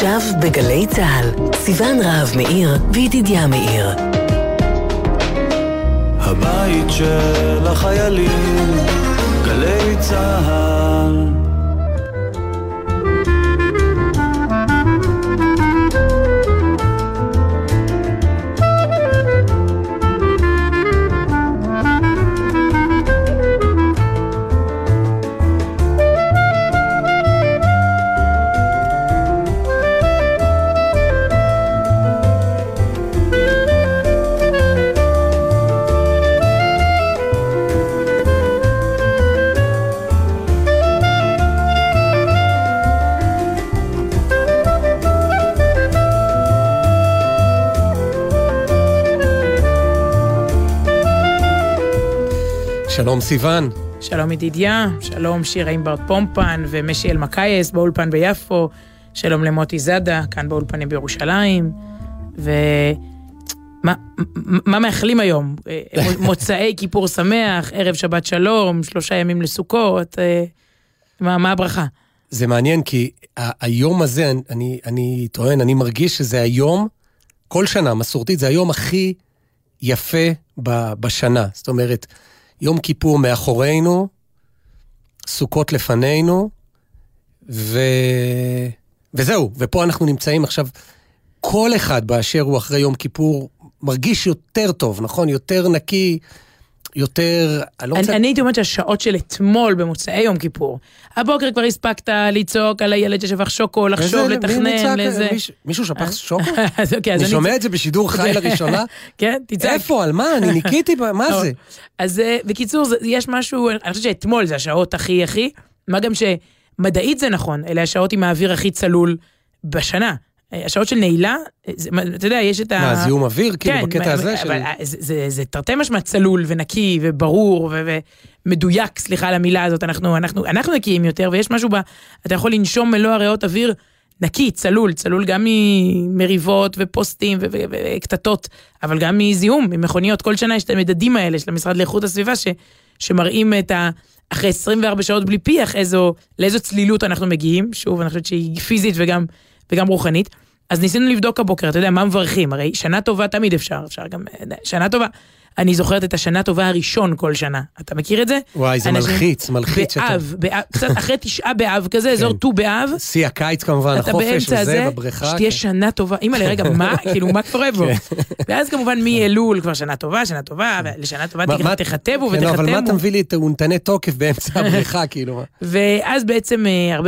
עכשיו בגלי צהל, סיוון רהב מאיר וידידיה מאיר. הבית של החיילים, גלי צהל. שלום סיוון. שלום ידידיה, שלום שירה עם ברד פומפן ומשי אלמקייס באולפן ביפו, שלום למוטי זדה, כאן באולפנים בירושלים, מה מאחלים היום? מוצאי כיפור שמח, ערב שבת שלום, 3 ימים לסוכות, מה הברכה? זה מעניין כי היום הזה, אני טוען, אני מרגיש שזה היום, כל שנה מסורתית, זה היום הכי יפה בשנה, זאת אומרת, יום כיפור מאחורינו, סוכות לפנינו, וזהו, ופה אנחנו נמצאים עכשיו, כל אחד באשר הוא אחרי יום כיפור, מרגיש יותר טוב, נכון? יותר נקי, יותר... אני הייתי אומרת שהשעות של אתמול במוצאי יום כיפור, הבוקר כבר הספקת לצעוק על הילד ששפך שוקו, לחשוב, לתכנן, לזה... מישהו שפך שוקו? אני שומע את זה בשידור חי לראשונה? כן, תצעק. איפה? על מה? אני ניקיתי, מה זה? אז בקיצור, יש משהו, אני חושבת שאתמול זה השעות הכי, מה גם שמדעית זה נכון, אלה השעות עם האוויר הכי צלול בשנה. השעות של נעילה, אתה יודע, יש את מה, זיהום אוויר? כאילו בקטע הזה? זה תרתי משמע צלול ונקי וברור ומדויק, סליחה על המילה הזאת, אנחנו נקיים יותר, ויש משהו אתה יכול לנשום מלוא הריאות אוויר נקי, צלול גם ממריבות ופוסטים וקטטות, אבל גם מזיהום, ממכוניות. כל שנה יש את המדדים האלה של המשרד לאיכות הסביבה, שמראים אחרי 24 שעות בלי פיח, לאיזו צלילות אנחנו מגיעים, שוב, אני חושבת שהיא פיזית וגם רוחנית. אז ניסינו לבדוק הבוקר, אתה יודע, מה מברכים? הרי שנה טובה תמיד אפשר גם, שנה טובה. אני זוכרת את השנה טובה הראשון כל שנה. אתה מכיר את זה? וואי, זה מלחיץ. באב, קצת אחרי 9 באב כזה, אזור 2 באב. שיא הקיץ כמובן, החופש וזה, בבריכה. שתהיה שנה טובה. אמא לרגע, מה? כאילו, מה קורה בו? ואז כמובן מאלול כבר שנה טובה, לשנה טובה תכתבו ותחתמו. אבל מה אתה מביא לי את אונתני תוקף באמצע הבריכה, כאילו? ואז בעצם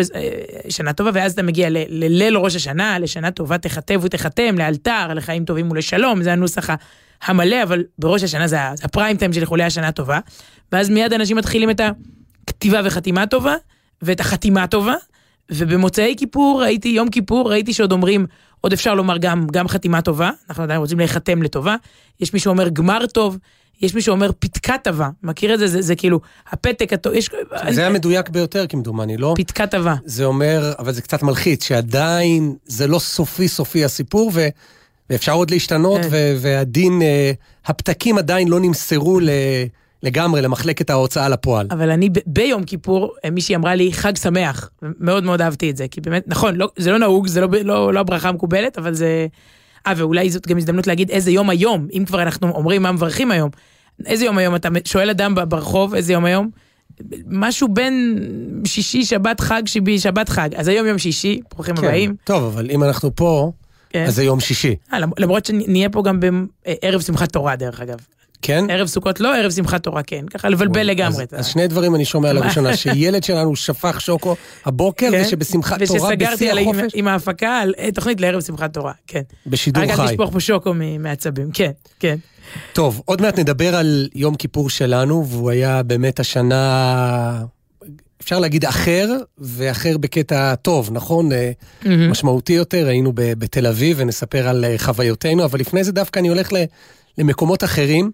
שנה טובה, ואז אתה מגיע לליל ראש השנה, לשנה טובה תכתבו תחתם, לאלתר, לחיים טובים ולשלום, זה הנוסח המלא, אבל בראש השנה זה הפריים טיים של איחולי השנה טובה, ואז מיד אנשים מתחילים את הכתיבה וחתימה טובה, ואת החתימה טובה, ובמוצאי כיפור, יום כיפור, ראיתי שעוד אומרים, עוד אפשר לומר גם חתימה טובה, אנחנו עדיין רוצים להיחתם לטובה, יש מי שאומר גמר טוב, יש מי שאומר פתקה טובה, מכיר את זה? זה כאילו, הפתק הטוב, זה המדויק ביותר, כמדומני, לא? פתקה טובה. זה אומר, אבל זה קצת מלחיץ, שעדיין זה לא סופי הסיפור, ואפשר עוד להשתנות, והדין, הפתקים עדיין לא נמסרו לגמרי למחלקת ההוצאה לפועל. אבל אני ביום כיפור, מישהי אמרה לי חג שמח, מאוד מאוד אהבתי את זה, כי באמת, נכון, זה לא נהוג, זה לא הברכה המקובלת, אבל זה... ואולי זאת גם הזדמנות להגיד איזה יום היום, אם כבר אנחנו אומרים מה מברכים היום, איזה יום היום, אתה שואל אדם ברחוב, איזה יום היום, משהו בין שישי, שבת חג, שבת חג, אז היום יום שישי, ברוכים הבאים. טוב, אבל אם אנחנו פה, אז זה יום שישי. למרות שנהיה פה גם בערב שמחת תורה, דרך אגב. כן? ערב סוכות לא, ערב שמחת תורה כן, ככה לבלבל לגמרי. אז 2 דברים אני שומע לראשונה, שילד שלנו שפך שוקו הבוקר, ושבשמחת תורה בשיא החופש. ושסגרתי עם ההפקה על תוכנית לערב שמחת תורה, כן. בשידור חי. רק אל תשפוך פה שוקו מעצבים, כן, כן. טוב, עוד מעט נדבר על יום כיפור שלנו, והוא היה באמת השנה... אפשר להגיד אחר, ואחר בקטע טוב, נכון? משמעותי יותר, היינו בתל אביב, ונספר על חוויותינו, אבל לפני זה דווקא אני הולך למקומות אחרים.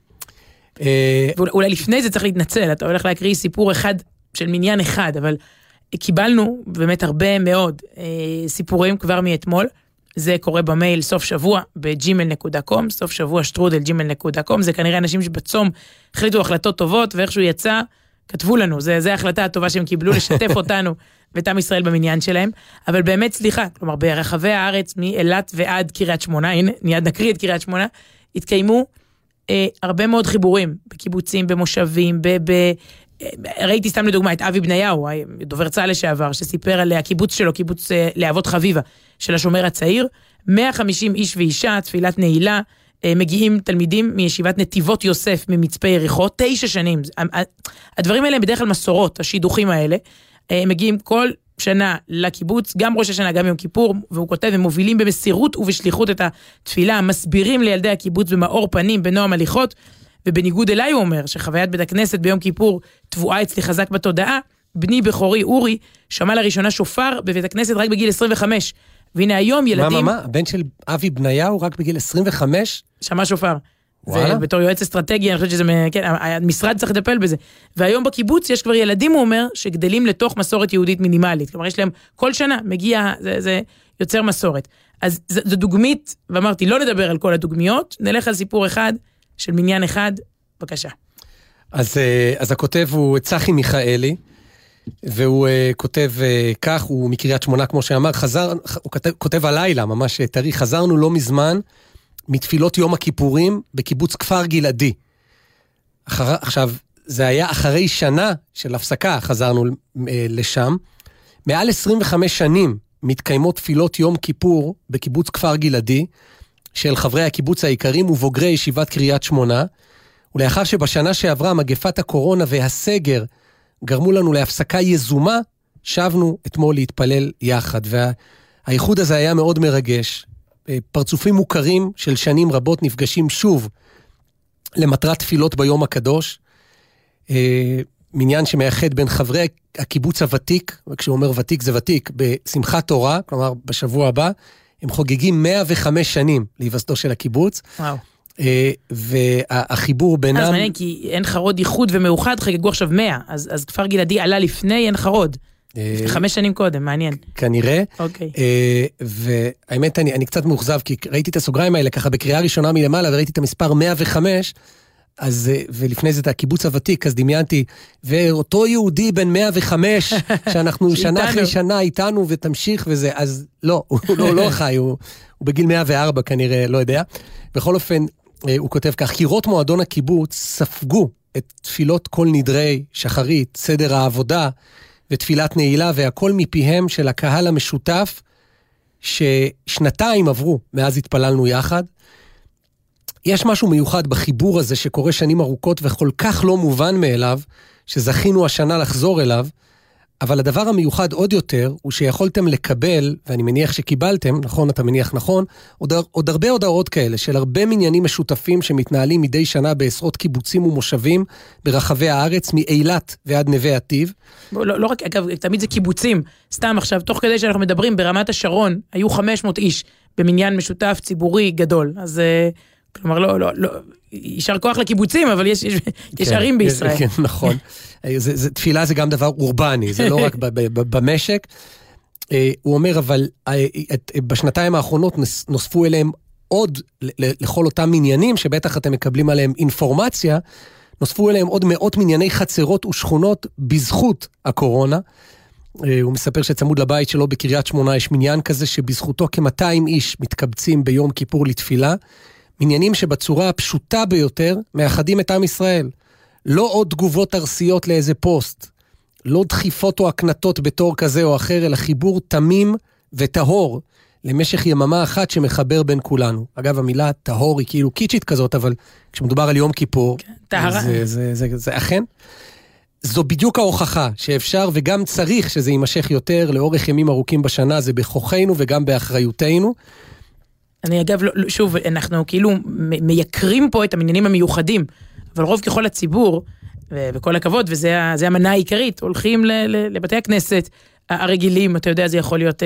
אולי לפני זה צריך להתנצל, אתה הולך להקריא סיפור אחד, של מניין אחד, אבל קיבלנו באמת הרבה מאוד סיפורים כבר מאתמול, זה קורה במייל סוף שבוע ב-gmail.com, סוף שבוע @gmail.com, זה כנראה אנשים שבצום החליטו החלטות טובות, ואיכשהו יצא, כתבו לנו, זה ההחלטה הטובה שהם קיבלו, לשתף אותנו ואת עם ישראל במניין שלהם, אבל באמת סליחה, כלומר, ברחבי הארץ, מאילת ועד קריית שמונה, הנה, מיד נקריא את קריית שמונה, התקיימו הרבה מאוד חיבורים, בקיבוצים, במושבים, ראיתי סתם לדוגמה את אבי בניהו, דובר צה"ל לשעבר, שסיפר על הקיבוץ שלו, קיבוץ להבות חביבה, של השומר הצעיר, 150 איש ואישה, תפילת נעילה, מגיעים תלמידים מישיבת נתיבות יוסף ממצפה יריחו, 9 שנים, הדברים האלה הם בדרך כלל מסורות, השידוכים האלה, מגיעים כל שנה לקיבוץ, גם ראש השנה, גם יום כיפור, והוא כותב, הם מובילים במסירות ובשליחות את התפילה, מסבירים לילדי הקיבוץ במאור פנים, בנועם הליכות, ובניגוד אליי הוא אומר, שחוויית בית הכנסת ביום כיפור תבואה אצלי חזק בתודעה, בני בכורי אורי שמע לראשונה שופר בבית הכנסת רק בגיל 25, והנה היום ילדים... מה? הבן של אבי בניהו רק בגיל 25? שמע שופר. ובתור יועץ אסטרטגי, אני חושבת שזה, כן, המשרד צריך לטפל בזה. והיום בקיבוץ יש כבר ילדים, הוא אומר, שגדלים לתוך מסורת יהודית מינימלית. כלומר, יש להם כל שנה מגיע, זה יוצר מסורת. אז זו דוגמית, ואמרתי, לא נדבר על כל הדוגמיות, נלך על סיפור אחד, של מניין אחד, בבקשה. אז הכותב הוא צחי מיכאלי, והוא כותב כך, הוא מקריית שמונה, כמו שאמר, הוא כותב הלילה, ממש תאריך, חזרנו לא מזמן, מתפילות יום הכיפורים, בקיבוץ כפר גלעדי. עכשיו, זה היה אחרי שנה של הפסקה, חזרנו לשם, מעל 25 שנים מתקיימות תפילות יום כיפור, בקיבוץ כפר גלעדי, של חברי הקיבוץ העיקרים ובוגרי ישיבת קריית שמונה, ולאחר שבשנה שעברה מגפת הקורונה והסגר גרמו לנו להפסקה יזומה, שבנו אתמול להתפלל יחד, והאיחוד הזה היה מאוד מרגש. פרצופים מוכרים של שנים רבות נפגשים שוב למטרת תפילות ביום הקדוש, מניין שמייחד בין חברי הקיבוץ הוותיק, וכשהוא אומר ותיק זה ותיק, בשמחת תורה, כלומר בשבוע הבא, הם חוגגים 105 שנים להיווסדו של הקיבוץ. וואו. והחיבור בינם... אז מעניין, כי אין חרוד ייחוד ומאוחד חגגו עכשיו 100, אז כפר גלעדי עלה לפני אין חרוד. 5 שנים קודם, מעניין. כנראה. אוקיי. והאמת, אני קצת מאוכזב, כי ראיתי את הסוגריים האלה ככה בקריאה ראשונה מלמעלה, וראיתי את המספר 105, ולפני זה את הקיבוץ הוותיק, אז דמיינתי, ואותו יהודי בן 105, שאנחנו שנה אחרי שנה איתנו ותמשיך וזה, אז לא, הוא לא חי, הוא בגיל 104 כנראה, לא יודע. בכל אופן, הוא כותב כך, קירות מועדון הקיבוץ ספגו את תפילות כל נדרי, שחרית, סדר העבודה ותפילת נעילה, והכל מפיהם של הקהל המשותף, ששנתיים עברו מאז התפללנו יחד. יש משהו מיוחד בחיבור הזה שקורה שנים ארוכות וכל כך לא מובן מאליו, שזכינו השנה לחזור אליו, אבל הדבר המיוחד עוד יותר, הוא שיכולתם לקבל, ואני מניח שקיבלתם, נכון, אתה מניח נכון, עוד הרבה הודעות כאלה, של הרבה מניינים משותפים שמתנהלים מדי שנה בעשרות קיבוצים ומושבים, ברחבי הארץ, מאילת ועד נווה עתיב. לא רק, אגב, תמיד זה קיבוצים, סתם עכשיו, תוך כדי שאנחנו מדברים, ברמת השרון, היו 500 איש, במניין משותף ציבורי גדול, אז... כלומר, לא, יישר כוח לקיבוצים, אבל יש ערים בישראל. כן, נכון. תפילה זה גם דבר אורבני, זה לא רק במשק. הוא אומר, אבל בשנתיים האחרונות נוספו אליהם עוד, לכל אותם מניינים, שבטח אתם מקבלים עליהם אינפורמציה, נוספו אליהם עוד מאות מנייני חצרות ושכונות בזכות הקורונה. הוא מספר שצמוד לבית שלו בקריית שמונה יש מניין כזה, שבזכותו כ-200 איש מתקבצים ביום כיפור לתפילה, מניינים שבצורה הפשוטה ביותר מאחדים את עם ישראל. לא עוד תגובות ארסיות לאיזה פוסט, לא דחיפות או הקנטות בתור כזה או אחר, אלא חיבור תמים וטהור למשך יממה אחת שמחבר בין כולנו. אגב, המילה טהור היא כאילו קיצ'ית כזאת, אבל כשמדובר על יום כיפור, זה אכן. זו בדיוק ההוכחה שאפשר וגם צריך שזה יימשך יותר לאורך ימים ארוכים בשנה, זה בכוחנו וגם באחריותנו. אני אגב, שוב, אנחנו כאילו מייקרים פה את המניינים המיוחדים, אבל רוב ככל הציבור, וכל הכבוד, וזה המנה העיקרית, הולכים לבתי הכנסת הרגילים, אתה יודע, זה יכול להיות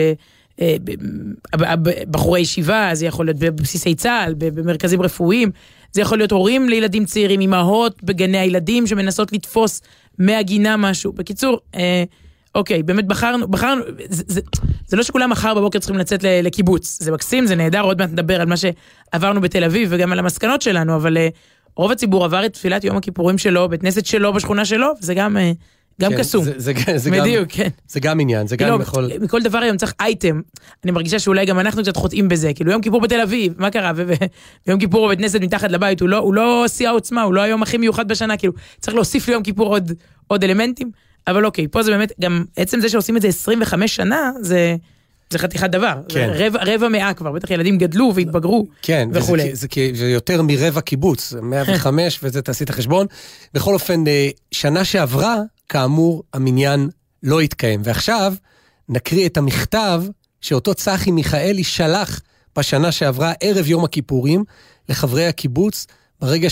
בחורי ישיבה, זה יכול להיות בבסיסי צה"ל, במרכזים רפואיים, זה יכול להיות הורים לילדים צעירים, אמהות בגני הילדים שמנסות לתפוס מהגינה משהו. בקיצור, אוקיי, באמת בחרנו, זה לא שכולם מחר בבוקר צריכים לצאת לקיבוץ, זה מקסים, זה נהדר, עוד מעט נדבר על מה שעברנו בתל אביב וגם על המסקנות שלנו, אבל רוב הציבור עבר את תפילת יום הכיפורים שלו, בית כנסת שלו, בשכונה שלו, וזה גם קסום. בדיוק, כן. זה גם עניין, זה גם יכול... מכל דבר היום צריך אייטם. אני מרגישה שאולי גם אנחנו קצת חוטאים בזה, כאילו יום כיפור בתל אביב, מה קרה? ויום כיפור בבית כנסת מתחת לבית, הוא לא שיא העוצמה, הוא לא היום הכי מיוחד בשנה, כאילו צריך להוסיף ליום כיפור עוד אלמנטים, אבל אוקיי, פה זה באמת, גם עצם זה שעושים את זה 25 שנה, זה חתיכת דבר. כן. רבע מאה כבר, בטח ילדים גדלו והתבגרו. כן, זה יותר מרבע קיבוץ, 105, וזה תעשי את החשבון. בכל אופן, שנה שעברה, כאמור, המניין לא התקיים. ועכשיו נקריא את המכתב שאותו צחי מיכאלי שלח בשנה שעברה, ערב יום הכיפורים, לחברי הקיבוץ, ברגע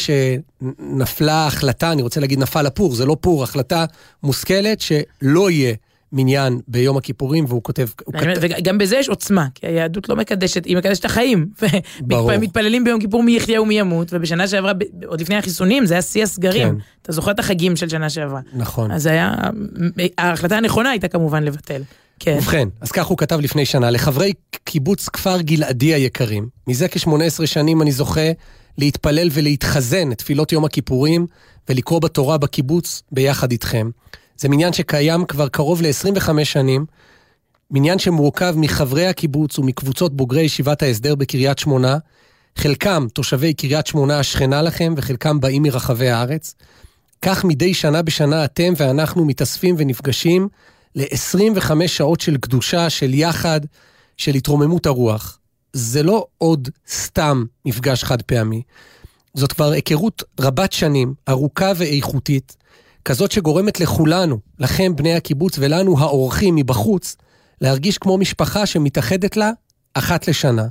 שנפלה החלטה, אני רוצה להגיד נפל הפור, זה לא פור, החלטה מושכלת שלא יהיה מניין ביום הכיפורים, והוא כותב... וגם בזה יש עוצמה, כי היהדות לא מקדשת, היא מקדשת החיים. מתפללים ביום כיפור מי יחיה ומי ימות, ובשנה שעברה, עוד לפני החיסונים, זה היה שיא הסגרים. אתה זוכר את החגים של שנה שעברה. נכון. אז ההחלטה הנכונה הייתה כמובן לבטל. ובכן, אז כך הוא כתב לפני שנה, לחברי קיבוץ כפר גלעדי היקרים, מזה כ-18 שנים אני זוכה להתפלל ולהתחזן את תפילות יום הכיפורים, ולקרוא בתורה בקיבוץ ביחד איתכם. זה מניין שקיים כבר קרוב ל-25 שנים, מניין שמורכב מחברי הקיבוץ ומקבוצות בוגרי ישיבת ההסדר בקריית שמונה, חלקם תושבי קריית שמונה השכנה לכם, וחלקם באים מרחבי הארץ. כך מדי שנה בשנה אתם ואנחנו מתאספים ונפגשים ל-25 שעות של קדושה, של יחד, של התרוממות הרוח. זה לא עוד סתם מפגש חד פעמי. זאת כבר היכרות רבת שנים, ארוכה ואיכותית, כזאת שגורמת לכולנו, לכם בני הקיבוץ ולנו האורחים מבחוץ, להרגיש כמו משפחה שמתאחדת לה אחת לשנה.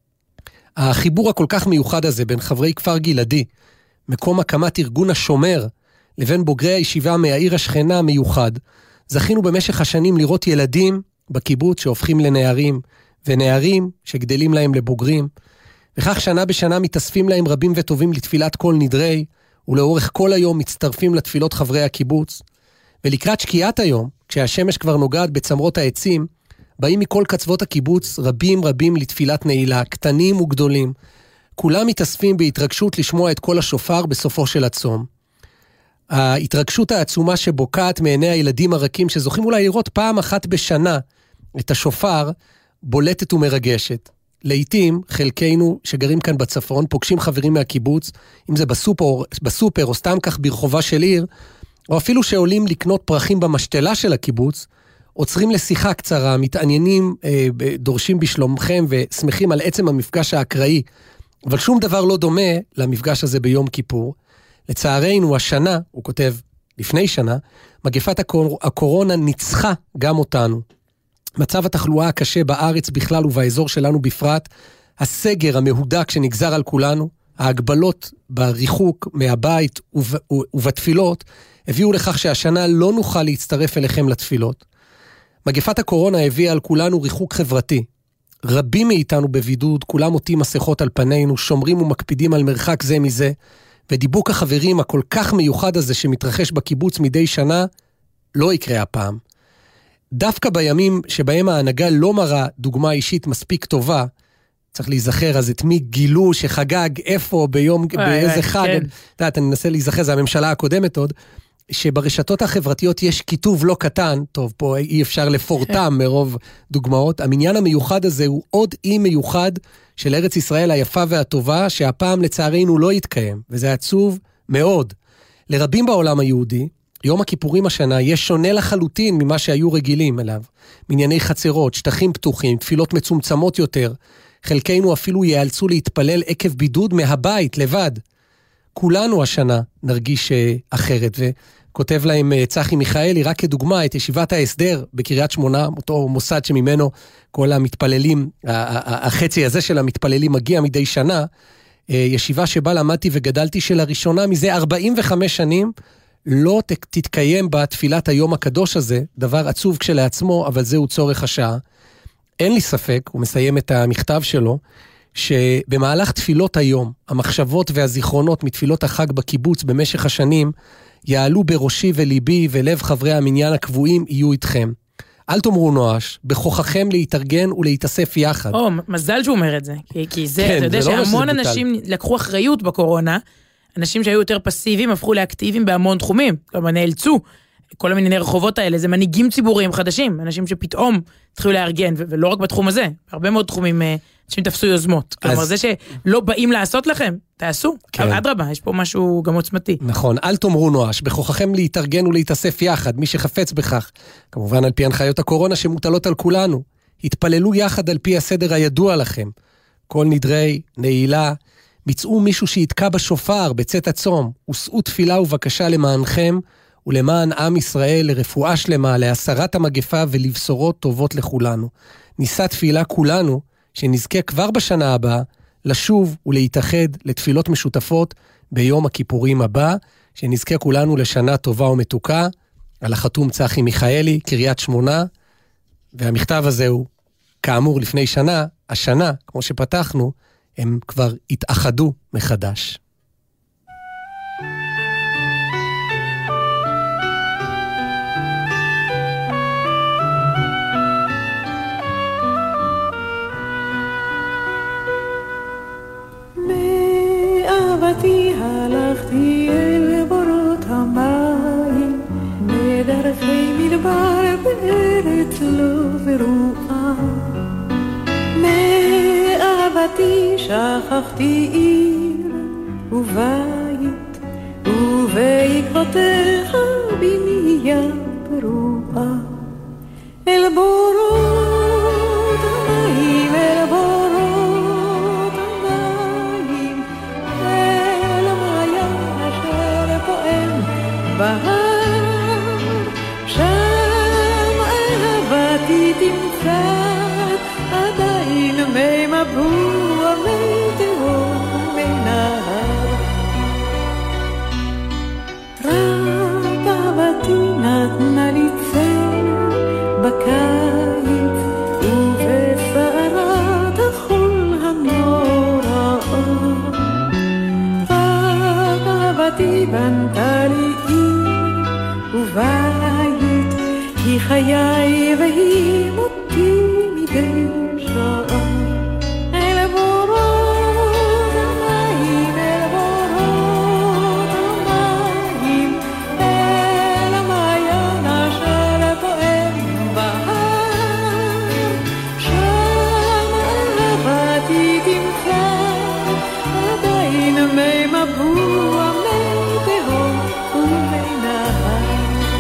החיבור הכל כך מיוחד הזה בין חברי כפר גלעדי, מקום הקמת ארגון השומר, לבין בוגרי הישיבה מהעיר השכנה המיוחד, זכינו במשך השנים לראות ילדים בקיבוץ שהופכים לנערים, ונערים שגדלים להם לבוגרים, וכך שנה בשנה מתאספים להם רבים וטובים לתפילת כל נדרי, ולאורך כל היום מצטרפים לתפילות חברי הקיבוץ, ולקראת שקיעת היום, כשהשמש כבר נוגעת בצמרות העצים, באים מכל קצוות הקיבוץ רבים לתפילת נעילה, קטנים וגדולים, כולם מתאספים בהתרגשות לשמוע את כל השופר בסופו של הצום. ההתרגשות העצומה שבוקעת מעיני הילדים הרכים, שזוכים אולי לראות פעם אחת בשנה את השופר, בולטת ומרגשת. לעתים, חלקנו שגרים כאן בצפון, פוגשים חברים מהקיבוץ, אם זה בסופר או סתם כך ברחובה של עיר, או אפילו שעולים לקנות פרחים במשתלה של הקיבוץ, עוצרים לשיחה קצרה, מתעניינים, דורשים בשלומכם ושמחים על עצם המפגש האקראי, אבל שום דבר לא דומה למפגש הזה ביום כיפור. לצערנו, השנה, הוא כותב לפני שנה, מגפת הקורונה ניצחה גם אותנו. מצב התחלואה הקשה בארץ בכלל ובאזור שלנו בפרט, הסגר המהודק שנגזר על כולנו, ההגבלות בריחוק מהבית ובתפילות, הביאו לכך שהשנה לא נוכל להצטרף אליכם לתפילות. מגפת הקורונה הביאה על כולנו ריחוק חברתי. רבים מאיתנו בבידוד, כולם עוטים מסכות על פנינו, שומרים ומקפידים על מרחק זה מזה, ודיבוק החברים הכל כך מיוחד הזה שמתרחש בקיבוץ מדי שנה, לא יקרה הפעם. דווקא בימים שבהם ההנהגה לא מראה דוגמה אישית מספיק טובה, צריך להיזכר, אז את מי גילו שחגג, איפה, ביום, באיזה חג, אני מנסה להיזכר, זה הממשלה הקודמת עוד, שברשתות החברתיות יש כיתוב לא קטן, טוב, פה אי אפשר לפורטם מרוב דוגמאות, המניין המיוחד הזה הוא עוד אי מיוחד של ארץ ישראל היפה והטובה, שהפעם לצערנו לא יתקיים, וזה עצוב מאוד. לרבים בעולם היהודי, יום הכיפורים השנה יש שונה לחלוטין ממה שהיו רגילים אליו. מנייני חצרות, שטחים פתוחים, תפילות מצומצמות יותר, חלקנו אפילו ייאלצו להתפלל עקב בידוד מהבית לבד. כולנו השנה נרגיש אחרת, וכותב להם צחי מיכאלי, רק כדוגמה, את ישיבת ההסדר בקריית שמונה, אותו מוסד שממנו כל המתפללים, החצי הזה של המתפללים מגיע מדי שנה, ישיבה שבה למדתי וגדלתי שלראשונה מזה 45 שנים, לא תתקיים בה תפילת היום הקדוש הזה, דבר עצוב כשלעצמו, אבל זהו צורך השעה. אין לי ספק, הוא מסיים את המכתב שלו, שבמהלך תפילות היום, המחשבות והזיכרונות מתפילות החג בקיבוץ במשך השנים, יעלו בראשי וליבי ולב חברי המניין הקבועים יהיו איתכם. אל תאמרו נואש, בכוחכם להתארגן ולהתאסף יחד. מזל שהוא אומר את זה, כי זה, אתה יודע שהמון אנשים לקחו אחריות בקורונה, אנשים שהיו יותר פסיביים הפכו לאקטיביים בהמון תחומים, כלומר נאלצו, כל המיני רחובות האלה, זה מנהיגים ציבוריים חדשים, אנשים שפתאום התחילו לארגן, ולא רק בתחום הזה, הרבה מאוד תחומים אנשים תפסו יוזמות, כלומר זה שלא באים לעשות לכם, תעשו, אדרבה, יש פה משהו גם עוצמתי. נכון, אל תאמרו נואש, בכוחכם להתארגן ולהתאסף יחד, מי שחפץ בכך, כמובן על פי הנחיות הקורונה שמוטלות על כולנו, התפללו יחד על פי הסדר הידוע לכם, כל נדרי, נעילה, ביצעו מישהו שיתקע בשופר בצאת הצום, ושאו תפילה ובקשה למענכם, ולמען עם ישראל לרפואה שלמה, להסרת המגפה ולבשורות טובות לכולנו. ניסה תפילה כולנו, שנזכה כבר בשנה הבאה, לשוב ולהתאחד לתפילות משותפות ביום הכיפורים הבא, שנזכה כולנו לשנה טובה ומתוקה, על החתום צחי מיכאלי, קריית שמונה, והמכתב הזה הוא, כאמור לפני שנה, השנה, כמו שפתחנו, הם כבר התאחדו מחדש. מאהבתי הלכתי אל בורות המים, בדרכי מדבר בארץ לא זרועה. מאהבתי שכחתי עיר ובית, ובעקבותיך בנייה פרועה. אל בורות המים, אל בורות המים, אל המעיין אשר פועם בהר, שם אהבתי תמצא עדיין מי מבוע, מי תהום, מי נהר. רק אהבתי נתנה לי צל בקיץ, ובסערת החול הנורא. רק אהבתי בנתה לי עיר ובית, היא חיי והיא מותי מדי שעה. אל בורות המים, אל בורות המים, אל המעיין אשר פועם בהר, שם אהבתי תמצא עדיין מי מבוע, מי תהום ומי נהר.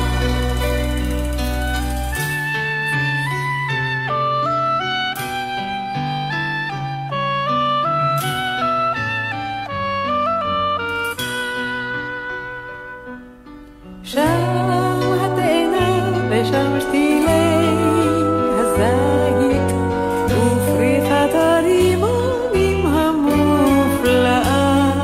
שם התאנה ושם שתילי הזית, ופריחת הרימונים המופלאה.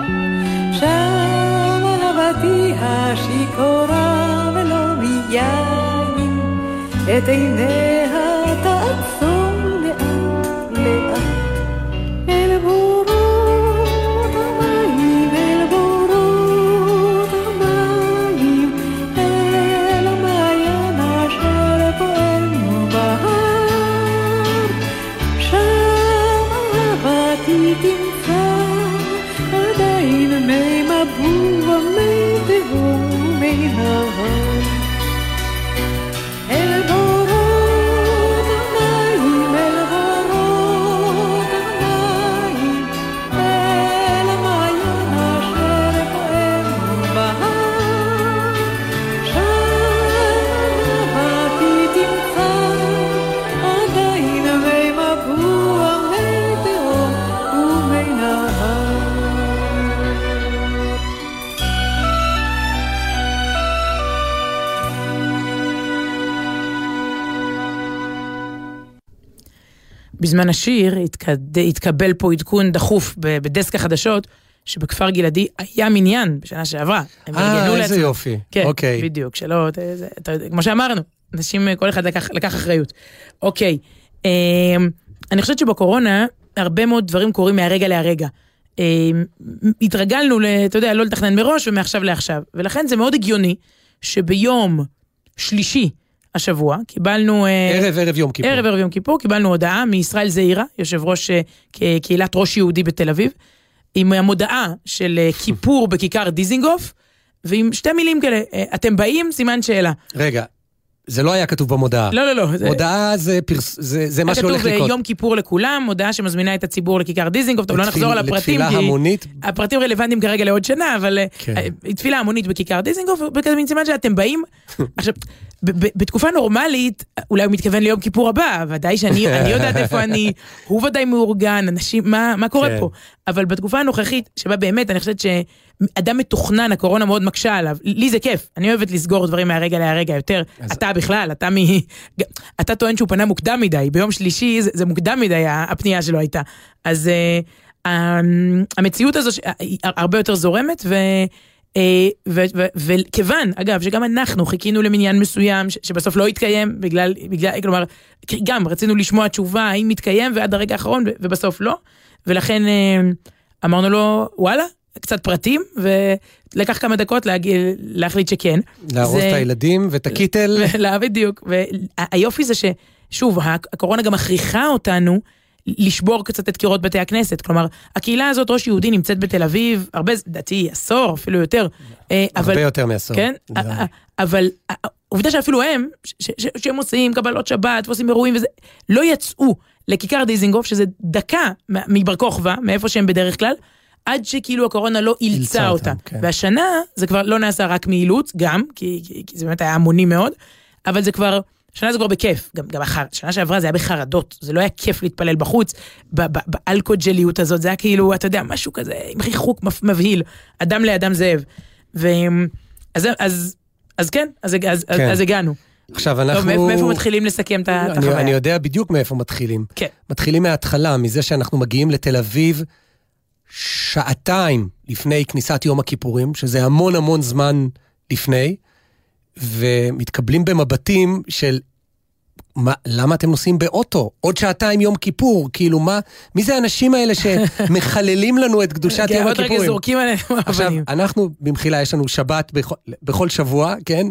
שם אהבתי השיכורה ולא מיין, את עיניה תעצום לאט לאט. אל בורות המים, אל בורות המים, אל המעיין אשר פועם בהר, שם אהבתי תמצא עדיין מי מבוע, מי תהום, מי נהר. אל בורות המים, אל בורות המים, אל המעיין אשר פועם בהר, שם אהבתי תמצא עדיין מי מבוע, מי תהום ומי נהר. בזמן השיר התקבל פה עדכון דחוף בדסק החדשות, שבכפר גלעדי היה מניין בשנה שעברה. איזה יופי. כן, אוקיי. בדיוק, שלא, כמו שאמרנו, אנשים, כל אחד לקח אחריות. אוקיי, אני חושבת שבקורונה, הרבה מאוד דברים קורים מהרגע להרגע. התרגלנו, אתה יודע, לא לתכנן מראש ומעכשיו לעכשיו, ולכן זה מאוד הגיוני, שביום שלישי, השבוע, קיבלנו... ערב יום כיפור. ערב יום כיפור, קיבלנו הודעה מישראל זעירה, יושב ראש קהילת ראש יהודי בתל אביב, עם המודעה של כיפור בכיכר דיזינגוף, ועם שתי מילים כאלה, אתם באים? סימן שאלה. רגע, זה לא היה כתוב במודעה. לא. מודעה זה מה שהולך לקרות. כתוב יום כיפור לכולם, מודעה שמזמינה את הציבור לכיכר דיזינגוף, טוב, לא נחזור על הפרטים, לתפילה המונית. הפרטים רלוונטיים כרגע לעוד שנה, אבל תפילה המונית בכיכר דיזינגוף, וכזה מין סימן שאתם באים. עכשיו, בתקופה נורמלית, אולי הוא מתכוון ליום כיפור הבא, ודאי שאני יודעת איפה אני, הוא ודאי מאורגן, אנשים, מה קורה פה? אבל בתקופה הנוכחית, שבה באמת, אני חושבת שאדם מתוכנן, הקורונה מאוד מקשה עליו, לי זה כיף, אני אוהבת לסגור דברים מהרגע להרגע יותר, אתה בכלל, אתה טוען שהוא פנה מוקדם מדי, ביום שלישי זה מוקדם מדי, הפנייה שלו הייתה, אז המציאות הזו הרבה יותר זורמת, וכיוון, אגב, שגם אנחנו חיכינו למניין מסוים, שבסוף לא התקיים, בגלל, כלומר, גם רצינו לשמוע תשובה, האם מתקיים, ועד הרגע האחרון, ובסוף לא, ולכן אמרנו לו, וואלה, קצת פרטים, ולקח כמה דקות להחליט שכן. להרוס את הילדים ואת הקיטל. בדיוק, והיופי זה ששוב, הקורונה גם מכריחה אותנו, לשבור קצת את קירות בתי הכנסת, כלומר, הקהילה הזאת, ראש יהודי נמצאת בתל אביב, הרבה, דעתי, עשור, אפילו יותר. הרבה יותר מעשור. כן, אבל העובדה שאפילו הם, שהם עושים קבלות שבת, ועושים אירועים וזה, לא יצאו לכיכר דיזינגוף, שזה דקה מבר כוכבא, מאיפה שהם בדרך כלל, עד שכאילו הקורונה לא אילצה אותה. והשנה, זה כבר לא נעשה רק מאילוץ, גם, כי זה באמת היה המוני מאוד, אבל זה כבר, שנה זה כבר בכיף, גם שנה שעברה זה היה בחרדות, זה לא היה כיף להתפלל בחוץ, באלכוג'ליות הזאת, זה היה כאילו, אתה יודע, משהו כזה, עם חיכוך מבהיל, אדם לאדם זאב. אז כן, אז הגענו. עכשיו אנחנו... טוב, מאיפה מתחילים לסכם את החוויה? אני יודע בדיוק מאיפה מתחילים. כן. מתחילים מההתחלה, מזה שאנחנו מגיעים לתל אביב, שעתיים לפני כניסת יום הכיפורים, שזה המון המון זמן לפני, ומתקבלים במבטים של למה אתם נוסעים באוטו? עוד שעתיים יום כיפור, כאילו מי זה האנשים האלה שמחללים לנו את קדושת יום הכיפורים? עוד רגע זורקים עליהם. עכשיו, אנחנו במחילה, יש לנו שבת בכל שבוע, כן?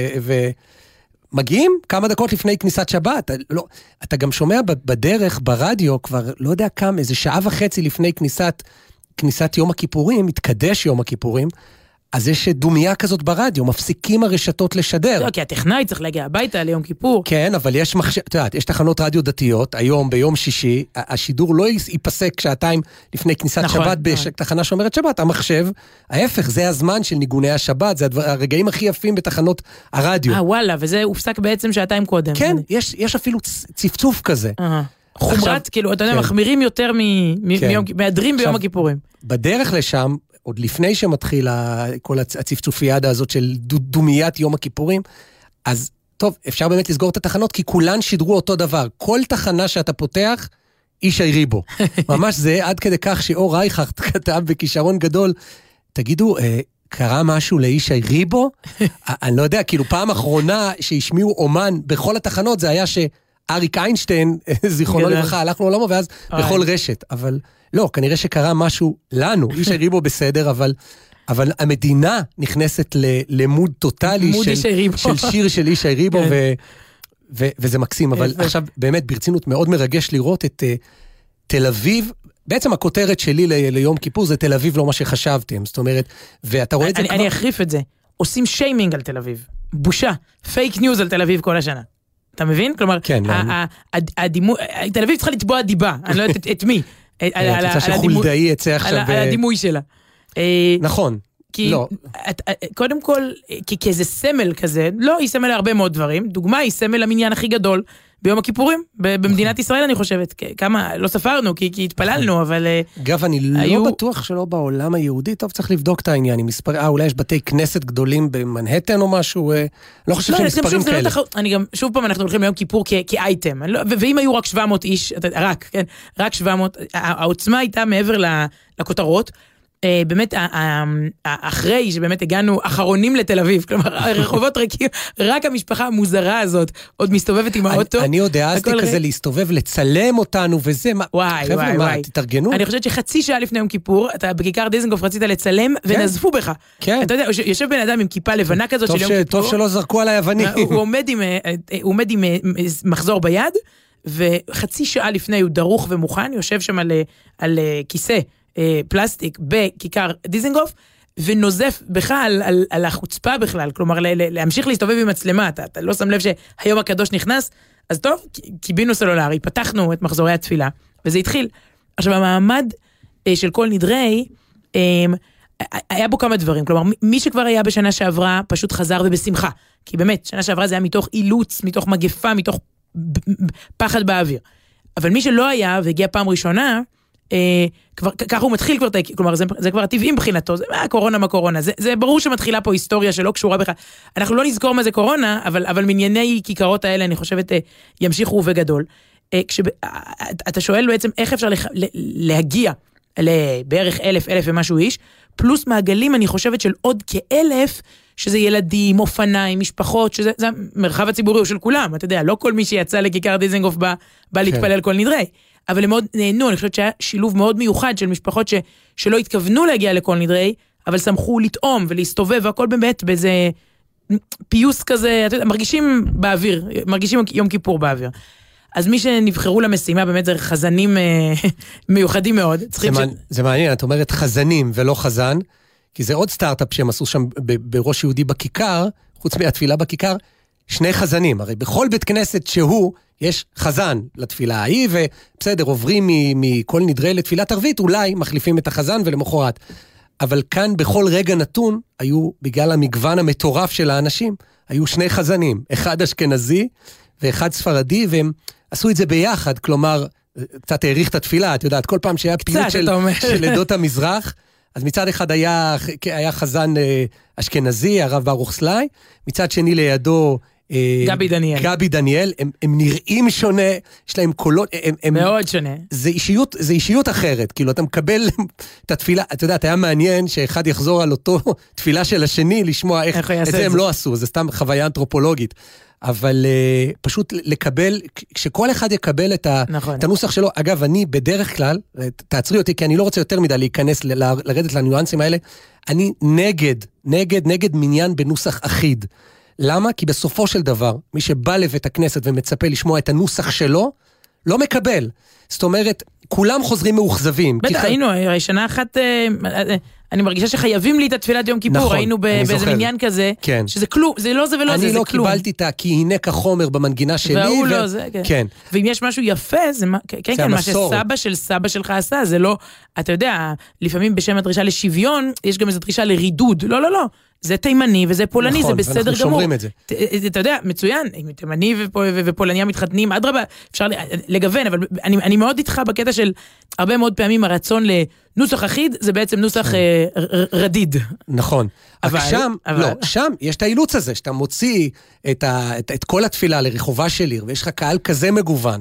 ומגיעים כמה דקות לפני כניסת שבת. אתה גם שומע בדרך, ברדיו, כבר לא יודע כמה, איזה שעה וחצי לפני כניסת יום הכיפורים, מתקדש יום הכיפורים, אז יש דומיה כזאת ברדיו, מפסיקים הרשתות לשדר. לא, כי הטכנאי צריך להגיע הביתה ליום כיפור. כן, אבל יש אתה יודעת, יש תחנות רדיו דתיות, היום, ביום שישי, השידור לא ייפסק שעתיים לפני כניסת שבת, בתחנה שאומרת שבת, המחשב, ההפך, זה הזמן של ניגוני השבת, זה הרגעים הכי יפים בתחנות הרדיו. וואלה, וזה הופסק בעצם שעתיים קודם. כן, יש אפילו צפצוף כזה. חומרת, כאילו, אתה יודע, מחמירים יותר מהדרים ביום הכיפורים. בדרך לשם, עוד לפני שמתחיל כל הצפצופיאדה הזאת של דומיית יום הכיפורים, אז טוב, אפשר באמת לסגור את התחנות, כי כולן שידרו אותו דבר. כל תחנה שאתה פותח, אישי ריבו. ממש זה עד כדי כך שאור רייכרד כתב בכישרון גדול, תגידו, קרה משהו לאישי ריבו? אני לא יודע, כאילו פעם אחרונה שהשמיעו אומן בכל התחנות, זה היה שאריק איינשטיין, זיכרונו לברכה, הלך לעולמו, ואז בכל רשת, אבל... לא, כנראה שקרה משהו לנו, אישי ריבו בסדר, אבל המדינה נכנסת למוד טוטלי של שיר של אישי ריבו, וזה מקסים, אבל עכשיו באמת ברצינות מאוד מרגש לראות את תל אביב, בעצם הכותרת שלי ליום כיפור זה תל אביב לא מה שחשבתם, זאת אומרת, ואתה רואה את זה... אני אחריף את זה, עושים שיימינג על תל אביב, בושה, פייק ניוז על תל אביב כל השנה. אתה מבין? כלומר, תל אביב צריכה לתבוע דיבה, אני לא יודעת את מי. את רוצה שחולדאי יצא עכשיו... על הדימוי שלה. נכון. לא. קודם כל, כאיזה סמל כזה, לא, היא סמל להרבה מאוד דברים. דוגמה, היא סמל למניין הכי גדול ביום הכיפורים, במדינת ישראל אני חושבת. כמה, לא ספרנו, כי התפללנו, אבל... אגב, אני לא בטוח שלא בעולם היהודי, טוב, צריך לבדוק את העניין. אולי יש בתי כנסת גדולים במנהטן או משהו, לא חושב שמספרים כאלה. אני גם, שוב פעם, אנחנו הולכים ליום כיפור כאייטם, ואם היו רק 700 איש, רק 700, העוצמה הייתה מעבר לכותרות, באמת, אחרי שבאמת הגענו אחרונים לתל אביב, כלומר, הרחובות ריקים, רק המשפחה המוזרה הזאת עוד מסתובבת עם האוטו. אני עוד העזתי כזה להסתובב, לצלם אותנו וזה, חבר'ה, מה, תתארגנו? אני חושבת שחצי שעה לפני יום כיפור, אתה בכיכר דיזנגוף רצית לצלם, ונזפו בך. אתה יודע, יושב בן אדם עם כיפה לבנה כזאת של יום כיפור. טוב שלא זרקו עליי אבנים. הוא עומד עם מחזור ביד, וחצי שעה לפני הוא דרוך ומוכן, יושב שם על כיסא, פלסטיק בכיכר דיזנגוף, ונוזף בכלל על החוצפה בכלל, כלומר להמשיך להסתובב עם מצלמה, אתה לא שם לב שהיום הקדוש נכנס, אז טוב, קיבינו סלולרי, פתחנו את מחזורי התפילה, וזה התחיל. עכשיו, המעמד של כל נדרי, היה בו כמה דברים, כלומר, מי שכבר היה בשנה שעברה, פשוט חזר ובשמחה, כי באמת, שנה שעברה זה היה מתוך אילוץ, מתוך מגפה, מתוך פחד באוויר. אבל מי שלא היה, והגיע פעם ראשונה, ככה הוא מתחיל כבר, כלומר, זה כבר הטבעי מבחינתו, זה קורונה, זה ברור שמתחילה פה היסטוריה שלא קשורה בכלל, אנחנו לא נזכור מה זה קורונה, אבל מענייני כיכרות האלה, אני חושבת, ימשיכו ובגדול. אתה שואל בעצם, איך אפשר להגיע לבערך 1,000 ומשהו איש, פלוס מעגלים, אני חושבת, של עוד כ1,000, שזה ילדים, אופניים, משפחות, שזה המרחב הציבורי של כולם, אתה יודע, לא כל מי שיצא לכיכר דיזנגוף בא להתפלל כל נדרי, אבל הם מאוד נהנו, אני חושבת שהיה שילוב מאוד מיוחד של משפחות שלא התכוונו להגיע לכל נדרי, אבל שמחו לטעום ולהסתובב, והכל באמת באיזה פיוס כזה, אתה יודע, מרגישים באוויר, מרגישים יום כיפור באוויר. אז מי שנבחרו למשימה, באמת זה חזנים מיוחדים מאוד. זה מעניין, את אומרת חזנים ולא חזן, כי זה עוד סטארט-אפ שהם עשו שם בראש יהודי בכיכר, חוץ מהתפילה בכיכר, 2 חזנים. הרי בכל בית כנסת שהוא, יש חזן לתפילה ההיא, ובסדר, עוברים מכל נדרי לתפילת ערבית, אולי מחליפים את החזן ולמחרת. אבל כאן בכל רגע נתון, היו, בגלל המגוון המטורף של האנשים, היו 2 חזנים, אחד אשכנזי ואחד ספרדי, והם עשו את זה ביחד, כלומר, קצת העריך את התפילה, את יודעת, כל פעם שהיה פיוט של עדות המזרח, אז מצד אחד היה חזן אשכנזי, הרב ברוך סלאי, מצד שני לידו גבי דניאל, הם נראים שונה, יש להם קולות, מאוד שונה. זה אישיות אחרת, כאילו אתה מקבל את התפילה, אתה יודע, היה מעניין שאחד יחזור על אותו תפילה של השני, לשמוע איך את זה הם לא עשו, זה סתם חוויה אנתרופולוגית. אבל פשוט לקבל, כשכל אחד יקבל את הנוסח שלו, אגב, אני בדרך כלל, תעצרי אותי, כי אני לא רוצה יותר מדי להיכנס, לרדת לניואנסים האלה, אני נגד מניין בנוסח אחיד. למה? כי בסופו של דבר, מי שבא לבית הכנסת ומצפה לשמוע את הנוסח שלו, לא מקבל. זאת אומרת, כולם חוזרים מאוכזבים. בטח, היינו, שנה אחת, אני מרגישה שחייבים לי את התפילת יום כיפור, היינו באיזה מניין כזה, שזה כלום, זה לא זה ולא זה, זה כלום. אני לא קיבלתי את כי הנה כחומר במנגינה שלי. והוא לא, זה, כן. ואם יש משהו יפה, זה כן, מה שסבא של סבא שלך עשה, זה לא, אתה יודע, לפעמים בשם הדרישה לשוויון, יש גם איזו דרישה לרידוד, לא. זה תימני וזה פולני, נכון, זה בסדר גמור. ואנחנו שומרים את זה. אתה יודע, מצוין, אם תימני ופולניה מתחתנים, אדרבה, אפשר לגוון, אבל אני מאוד איתך בקטע של הרבה מאוד פעמים הרצון לנוסח אחיד, זה בעצם נוסח רדיד. נכון. אבל שם יש את האילוץ הזה, שאתה מוציא את כל התפילה לרחובה של עיר, ויש לך קהל כזה מגוון,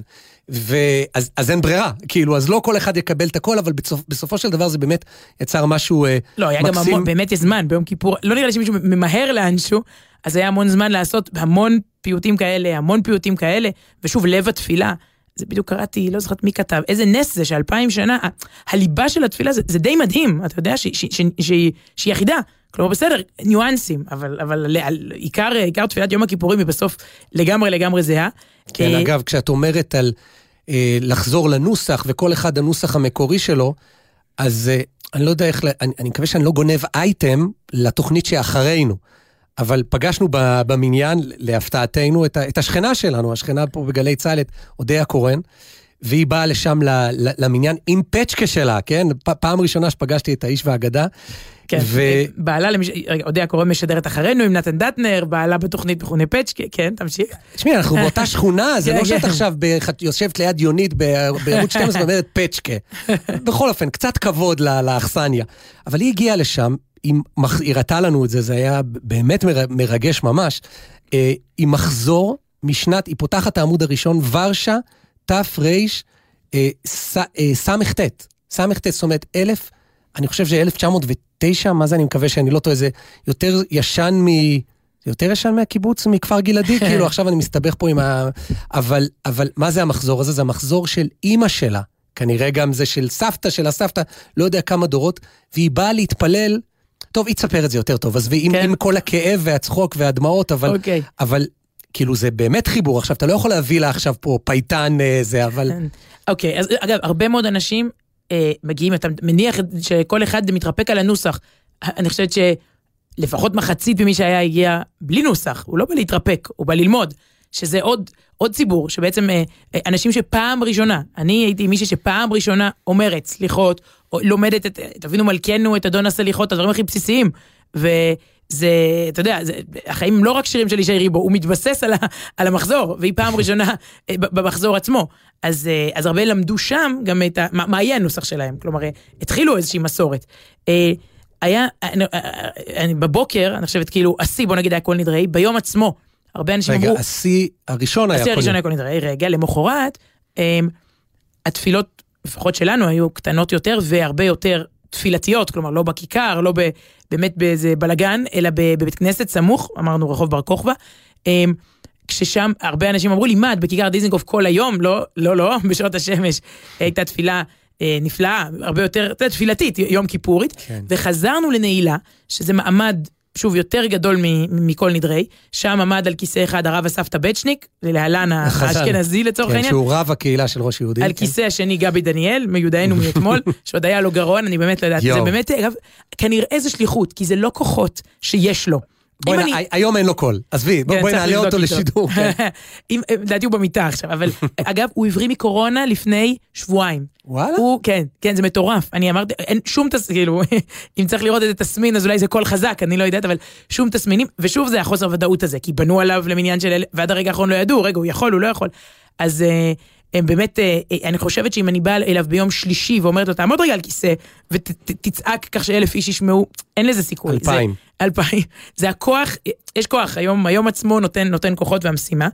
אז אין ברירה, כאילו, אז לא כל אחד יקבל את הכל, אבל בסופו של דבר זה באמת יצר משהו מקסים. לא, היה גם המון, באמת יש זמן, ביום כיפור, לא נראה לי שמישהו ממהר לאנשהו, אז היה המון זמן לעשות המון פיוטים כאלה, ושוב, לב התפילה, זה בדיוק קראתי, לא זוכרת מי כתב, איזה נס זה ש2000 שנה, הליבה של התפילה זה די מדהים, אתה יודע, שהיא יחידה, כלומר בסדר, ניואנסים, אבל עיקר תפילת יום הכיפורים היא בסוף לגמרי זהה. כן, אגב, כשאת אומרת על לחזור לנוסח, וכל אחד הנוסח המקורי שלו, אז אני לא יודע איך, אני מקווה שאני לא גונב אייטם לתוכנית שאחרינו, אבל פגשנו במניין, להפתעתנו, את השכנה שלנו, השכנה פה בגלי צה"ל, את אודיה קורן, והיא באה לשם למניין עם פצ'קה שלה, כן? פעם ראשונה שפגשתי את האיש והאגדה. כן, בעלה, אודיה קורן משדרת אחרינו עם נתן דטנר, בעלה בתוכנית מכונה פצ'קה, כן, תמשיך. תשמעי, אנחנו באותה שכונה, זה לא שאת עכשיו יושבת ליד יונית בערוץ 12 ואומרת פצ'קה. בכל אופן, קצת כבוד לאכסניה. אבל היא הגיעה לשם, היא הראתה לנו את זה, זה היה באמת מרגש ממש, היא מחזור משנת, היא פותחת העמוד הראשון, ורשה, תר"ש, סמ"ט, זאת אומרת 1000, אני חושב ש1909, מה זה אני מקווה שאני לא טועה, זה יותר ישן מהקיבוץ, מכפר גלעדי, כאילו עכשיו אני מסתבך פה עם אבל מה זה המחזור הזה? זה המחזור של אמא שלה, כנראה גם זה של סבתא של הסבתא, לא יודע כמה דורות, והיא באה להתפלל, טוב, היא תספר את זה יותר טוב, אז עם כל הכאב והצחוק והדמעות, אבל כאילו זה באמת חיבור, עכשיו אתה לא יכול להביא לה עכשיו פה פייטן זה, אבל... אוקיי, אז אגב, הרבה מאוד אנשים מגיעים, אתה מניח שכל אחד מתרפק על הנוסח, אני חושבת שלפחות מחצית ממי שהיה הגיע בלי נוסח, הוא לא בא להתרפק, הוא בא ללמוד, שזה עוד ציבור, שבעצם אנשים שפעם ראשונה, אני הייתי מישהי שפעם ראשונה אומרת סליחות, או לומדת תבינו מלכנו, את אדון הסליחות, הדברים הכי בסיסיים, וזה, אתה יודע, החיים הם לא רק שירים של ישי ריבו, הוא מתבסס על המחזור, והיא פעם ראשונה במחזור עצמו, אז הרבה למדו שם גם מה היה הנוסח שלהם, כלומר, התחילו איזושהי מסורת. היה, בבוקר, אני חושבת כאילו, השיא, בוא נגיד, היה כל נדרי, ביום עצמו, הרבה אנשים אמרו... רגע, השיא הראשון היה כל נדרי. רגע, למחרת, התפילות, לפחות שלנו, היו קטנות יותר, והרבה יותר תפילתיות, כלומר, לא בכיכר, לא באמת באיזה בלגן, אלא בבית כנסת סמוך, אמרנו רחוב בר כוכבא, כששם הרבה אנשים אמרו לי, מה, בכיכר דיזנגוף כל היום? לא, בשעות השמש הייתה תפילה נפלאה, הרבה יותר תפילתית, יום כיפורית, כן. וחזרנו לנעילה, שזה מעמד, שוב, יותר גדול מכל נדרי, שם עמד על כיסא אחד הרב הסבתא בצ'ניק, להלן האשכנזי לצורך העניין. כן, שהוא רב הקהילה של ראש יהודי. על כיסא השני גבי דניאל, מיודענו מאתמול, שעוד היה לו גרון, אני באמת לא יודעת, זה באמת, אגב, כנראה איזה שליחות, כי זה לא כוחות שיש לו. היום אין לו קול, עזבי, בואי נעלה אותו לשידור. לדעתי הוא במיטה עכשיו, אבל אגב, הוא הבריא מקורונה לפני שבועיים. וואלה? כן, זה מטורף. אני אמרתי, אין שום כאילו, אם צריך לראות איזה תסמין, אז אולי זה קול חזק, אני לא יודעת, אבל שום תסמינים, ושוב זה החוסר ודאות הזה, כי בנו עליו למניין של, ועד הרגע האחרון לא ידעו, רגע, הוא יכול, הוא לא יכול. אז הם באמת, אני חושבת שאם אני באה אליו ביום שלישי, ואומרת לו, תעמוד רגע על כיסא, ותצעק כך ש1,000 איש ישמעו, אין לזה סיכוי. 2,000. זה הכוח, יש כוח, היום עצמו נותן כוחות והמשימה,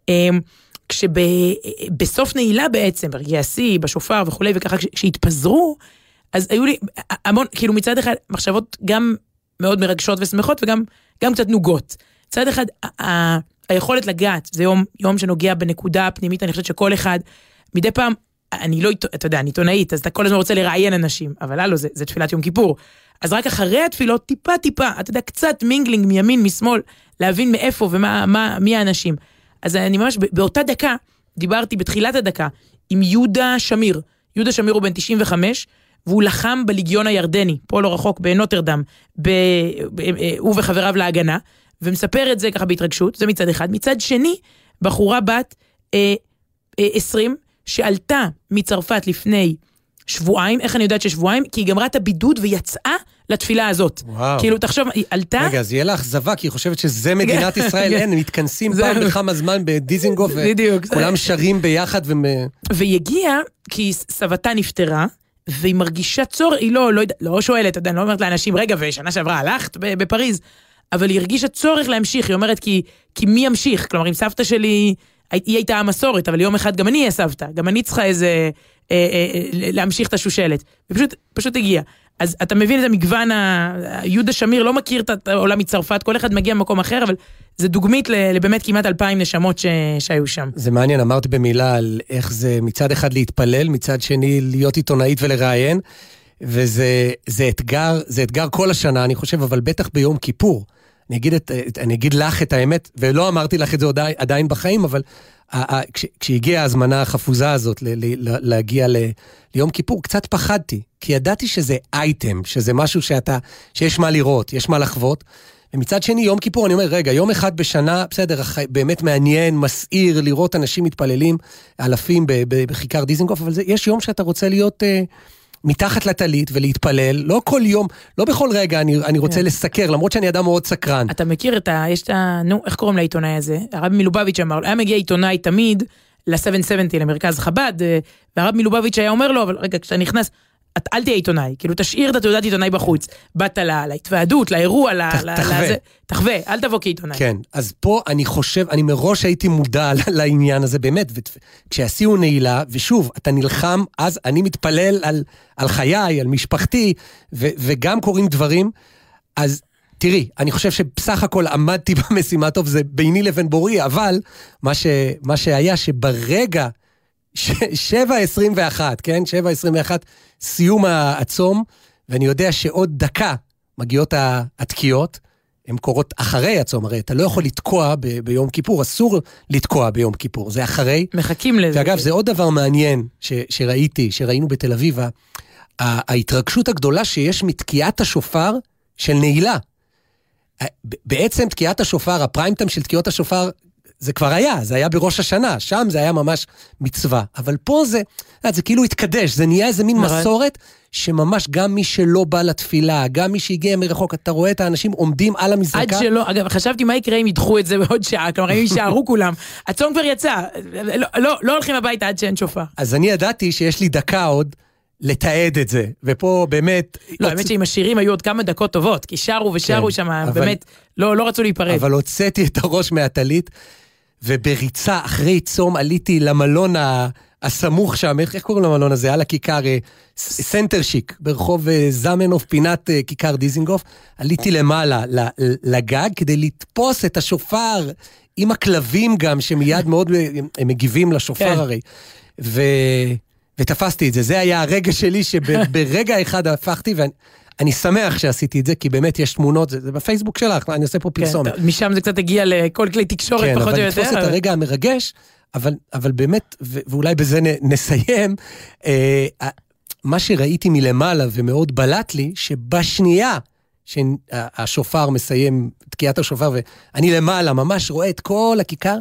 כשבסוף נעילה בעצם, ברגעי השיא, בשופר וכו' וככה, כשהתפזרו, אז היו לי המון, כאילו מצד אחד, מחשבות גם מאוד מרגשות ושמחות, וגם קצת נוגות. מצד אחד, היכולת לגעת, זה יום שנוגע בנקודה הפנימית, אני חושבת שכל אחד, מדי פעם, אני לא, אתה יודע, אני עיתונאית, אז אתה כל הזמן רוצה לראיין אנשים, אבל הלו, זה תפילת יום כיפור. אז רק אחרי התפילות, טיפה, אתה יודע, קצת מינגלינג מימין, משמאל, להבין מאיפה מי האנשים. אז אני ממש, באותה דקה, דיברתי בתחילת הדקה, עם יהודה שמיר. יהודה שמיר הוא בן 95, והוא לחם בליגיון הירדני, פה לא רחוק, בנוטרדם, הוא וחבריו להגנה, ומספר את זה ככה בהתרגשות, זה מצד אחד. מצד שני, בחורה בת 20, שעלתה מצרפת לפני שבועיים, איך אני יודעת ששבועיים? כי היא גמרה את הבידוד ויצאה לתפילה הזאת. וואו. כאילו, תחשוב, היא עלתה... רגע, אז יהיה לה אכזבה, כי היא חושבת שזה מדינת ישראל, אין, הם מתכנסים פעם בכמה זמן בדיזנגוף, וכולם שרים ביחד והיא הגיעה, כי סבתה נפטרה, והיא מרגישה צורך, היא לא שואלת, אני לא אומרת לאנשים, רגע, ושנה שעברה הלכת בפריז, אבל היא הרגישה צורך להמשיך, היא אומרת, כי מי ימשיך? כלומר, אם סבתא שלי, היא הייתה המסורת, אבל יום אחד גם אני אהיה סבתא, גם אני צריכה איזה... להמשיך את השושלת, ופשוט הגיע. אז אתה מבין את המגוון, יהודה שמיר לא מכיר את העולם מצרפת, כל אחד מגיע ממקום אחר, אבל זה דוגמית לבאמת כמעט 2,000 נשמות שהיו שם. זה מעניין, אמרתי במילה על איך זה מצד אחד להתפלל, מצד שני להיות עיתונאית ולראיין, וזה אתגר כל השנה, אני חושב, אבל בטח ביום כיפור. אני אגיד לך את האמת, ולא אמרתי לך את זה עדיין בחיים, אבל כשהגיעה ההזמנה החפוזה הזאת להגיע ליום כיפור, קצת פחדתי, כי ידעתי שזה אייטם, שזה משהו שיש מה לראות, יש מה לחוות, ומצד שני, יום כיפור, אני אומר, רגע, יום אחד בשנה, בסדר, באמת מעניין, מסעיר, לראות אנשים מתפללים, אלפים בכיכר דיזנגוף, אבל יש יום שאתה רוצה להיות... מתחת לטלית ולהתפלל, לא כל יום, לא בכל רגע אני רוצה לסקר, למרות שאני אדם מאוד סקרן. אתה מכיר איך קוראים לעיתונאי הזה? הרב מלובביץ' אמר, היה מגיע עיתונאי תמיד ל-770, למרכז חב"ד, והרב מלובביץ' היה אומר לו, אבל רגע, כשאתה נכנס, אל תהיה עיתונאי, כאילו תשאיר את התעודת עיתונאי בחוץ, באת להתוועדות, לאירוע, תחווה, אל תבוא כעיתונאי. כן, אז פה אני חושב, אני מראש הייתי מודע לעניין הזה, באמת, כשעשינו נעילה, ושוב, אתה נלחם, אז אני מתפלל על חיי, על משפחתי, וגם קוראים דברים, אז תראי, אני חושב שבסך הכל עמדתי במשימה טוב, זה ביני לבין בורי, אבל מה שהיה שברגע 7:21, כן? 7:21, סיום הצום, ואני יודע שעוד דקה מגיעות התקיעות, הן קורות אחרי הצום, הרי אתה לא יכול לתקוע ביום כיפור, אסור לתקוע ביום כיפור, זה אחרי. מחכים לזה. ואגב, זה עוד דבר מעניין שראינו בתל אביב, ההתרגשות הגדולה שיש מתקיעת השופר של נעילה. בעצם תקיעת השופר, הפריים-טיים של תקיעות השופר, זה כבר היה, זה היה בראש השנה, שם זה היה ממש מצווה. אבל פה זה כאילו התקדש, זה נהיה איזה מין מסורת, שממש גם מי שלא בא לתפילה, גם מי שהגיע מרחוק, אתה רואה את האנשים עומדים על המזרקה. עד שלא, אגב, חשבתי מה יקרה אם ידחו את זה בעוד שעה, כלומר, אם יישארו כולם. הצום כבר יצא, לא הולכים הביתה עד שאין שופר. אז אני ידעתי שיש לי דקה עוד לתעד את זה, ופה באמת... לא, האמת שעם השירים היו עוד כמה דקות טובות, כי שרו ושרו שם, באמת, לא רצו להיפרד. אבל הוצאתי את הראש מהטלית, ובריצה אחרי צום עליתי למלון הסמוך שם, איך קוראים למלון הזה? על הכיכר סנטרשיק, ברחוב זמנוף, פינת כיכר דיזינגוף, עליתי למעלה לגג, כדי לתפוס את השופר, עם הכלבים גם, שמיד מאוד הם מגיבים לשופר הרי. ותפסתי את זה, זה היה הרגע שלי, שברגע אחד הפכתי, אני שמח שעשיתי את זה, כי באמת יש תמונות, זה בפייסבוק שלך, אני עושה פה פרסומת. משם זה קצת הגיע לכל כלי תקשורת, פחות או יותר. כן, אבל לתפוס את הרגע המרגש, אבל באמת, ואולי בזה נסיים, מה שראיתי מלמעלה ומאוד בלט לי, שבשנייה שהשופר מסיים, תקיעת השופר, ואני למעלה ממש רואה את כל הכיכר,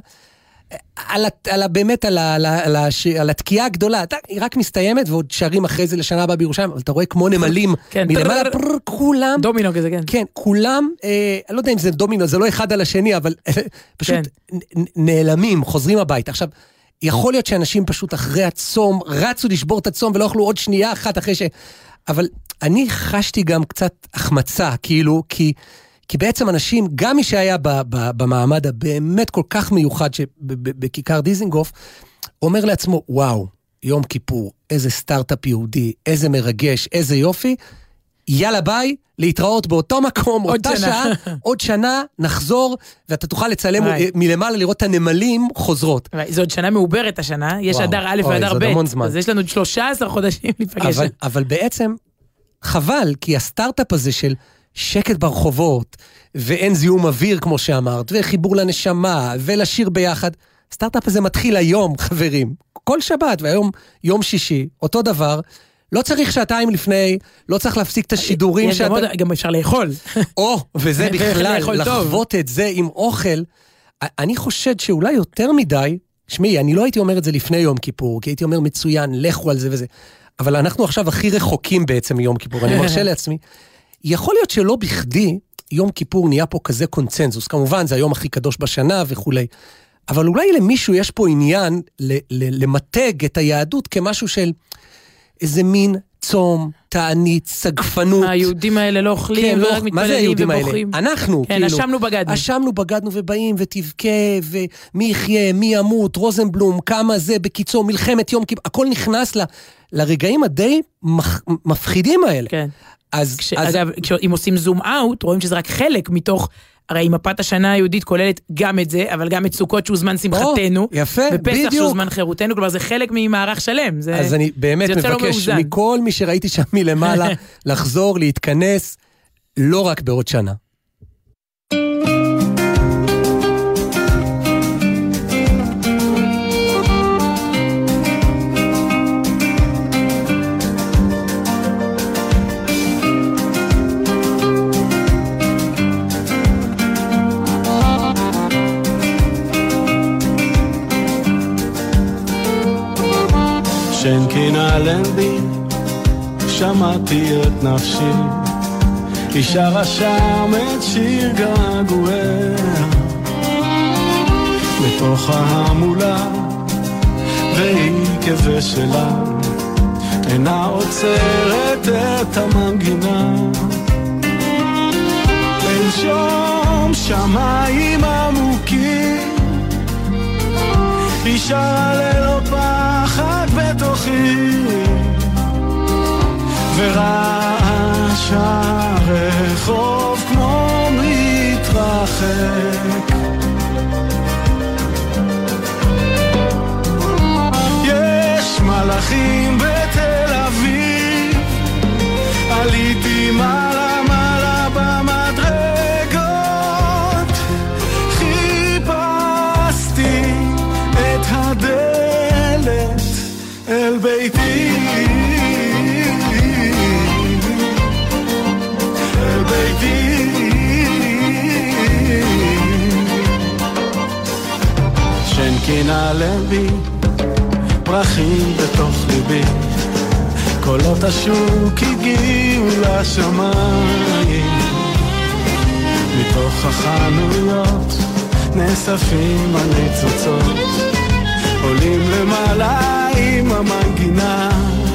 באמת על התקיעה הגדולה, היא רק מסתיימת, ועוד שרים אחרי זה לשנה הבאה בירושלים, אבל אתה רואה כמו נמלים, מלמעלה, כולם, דומינו כזה, כן. כן, כולם, אני לא יודע אם זה דומינו, זה לא אחד על השני, אבל פשוט נעלמים, חוזרים הביתה. עכשיו, יכול להיות שאנשים פשוט אחרי הצום, רצו לשבור את הצום, ולא אכלו עוד שנייה אחת אחרי אבל אני חשתי גם קצת החמצה, כאילו, כי בעצם אנשים, גם מי שהיה במעמד הבאמת כל כך מיוחד בכיכר דיזינגוף, אומר לעצמו, וואו, יום כיפור, איזה סטארט-אפ יהודי, איזה מרגש, איזה יופי, יאללה ביי, להתראות באותו מקום, אותה שעה, עוד שנה, נחזור, ואתה תוכל לצלם מלמעלה לראות את הנמלים חוזרות. זו עוד שנה מעוברת השנה, יש אדר א' ואדר ב', אז יש לנו 13 חודשים להיפגש. אבל בעצם חבל, כי הסטארט-אפ הזה של שקט ברחובות, ואין זיהום אוויר כמו שאמרת, וחיבור לנשמה, ולשיר ביחד, הסטארט-אפ הזה מתחיל היום, חברים, כל שבת, והיום יום שישי, אותו דבר, לא צריך שעתיים לפני, לא צריך להפסיק את השידורים. גם אפשר לאכול. וזה בכלל, לחוות את זה עם אוכל. אני חושד שאולי יותר מדי, שמי, אני לא הייתי אומר את זה לפני יום כיפור, כי הייתי אומר מצוין, לכו על זה וזה, אבל אנחנו עכשיו הכי רחוקים בעצם מיום כיפור, אני מרשה לעצמי. יכול להיות שלא בכדי, יום כיפור נהיה פה כזה קונצנזוס, כמובן זה היום הכי קדוש בשנה וכולי, אבל אולי למישהו יש פה עניין למתג את היהדות כמשהו של איזה מין צום, תענית, סגפנות. היהודים האלה לא אוכלים, ורק מתפללים ובוכים. אנחנו, כן, אשמנו בגדנו. אשמנו בגדנו ובאים ותבכה, ומי יחיה, מי ימות, רוזנבלום, כמה זה, בקיצור, מלחמת יום כיפור, הכל נכנס לרגעים הדי מפחידים האלה. כן. אגב, אם עושים זום אאוט, רואים שזה רק חלק מתוך, הרי מפת השנה היהודית כוללת גם את זה, אבל גם את סוכות שהוא זמן שמחתנו, יפה, ופסח שהוא זמן חירותנו, כלומר זה חלק ממערך שלם. אז אני באמת מבקש מכל מי שראיתי שם מלמעלה, לחזור, להתכנס, לא רק בעוד שנה. שנקין אלנבי, שמעתי את נפשי, היא שרה שם את שיר געגועיה, בתוך ההמולה, והיא כבש שלה, אינה עוצרת את המנגינה. לנשום שמיים עמוקים, היא שרה ללא פחד בתוכי, ורעש הרחוב כמו מתרחק. יש מלאכים בתל אביב, עליתי מעלה מעלה במדרגות, חיפשתי את הדלת אל ביתי, בלבי, פרחים בתוך ליבי, קולות השוק הגיעו לשמיים, מתוך החנויות נאספים הניצוצות, עולים למעלה עם המנגינה,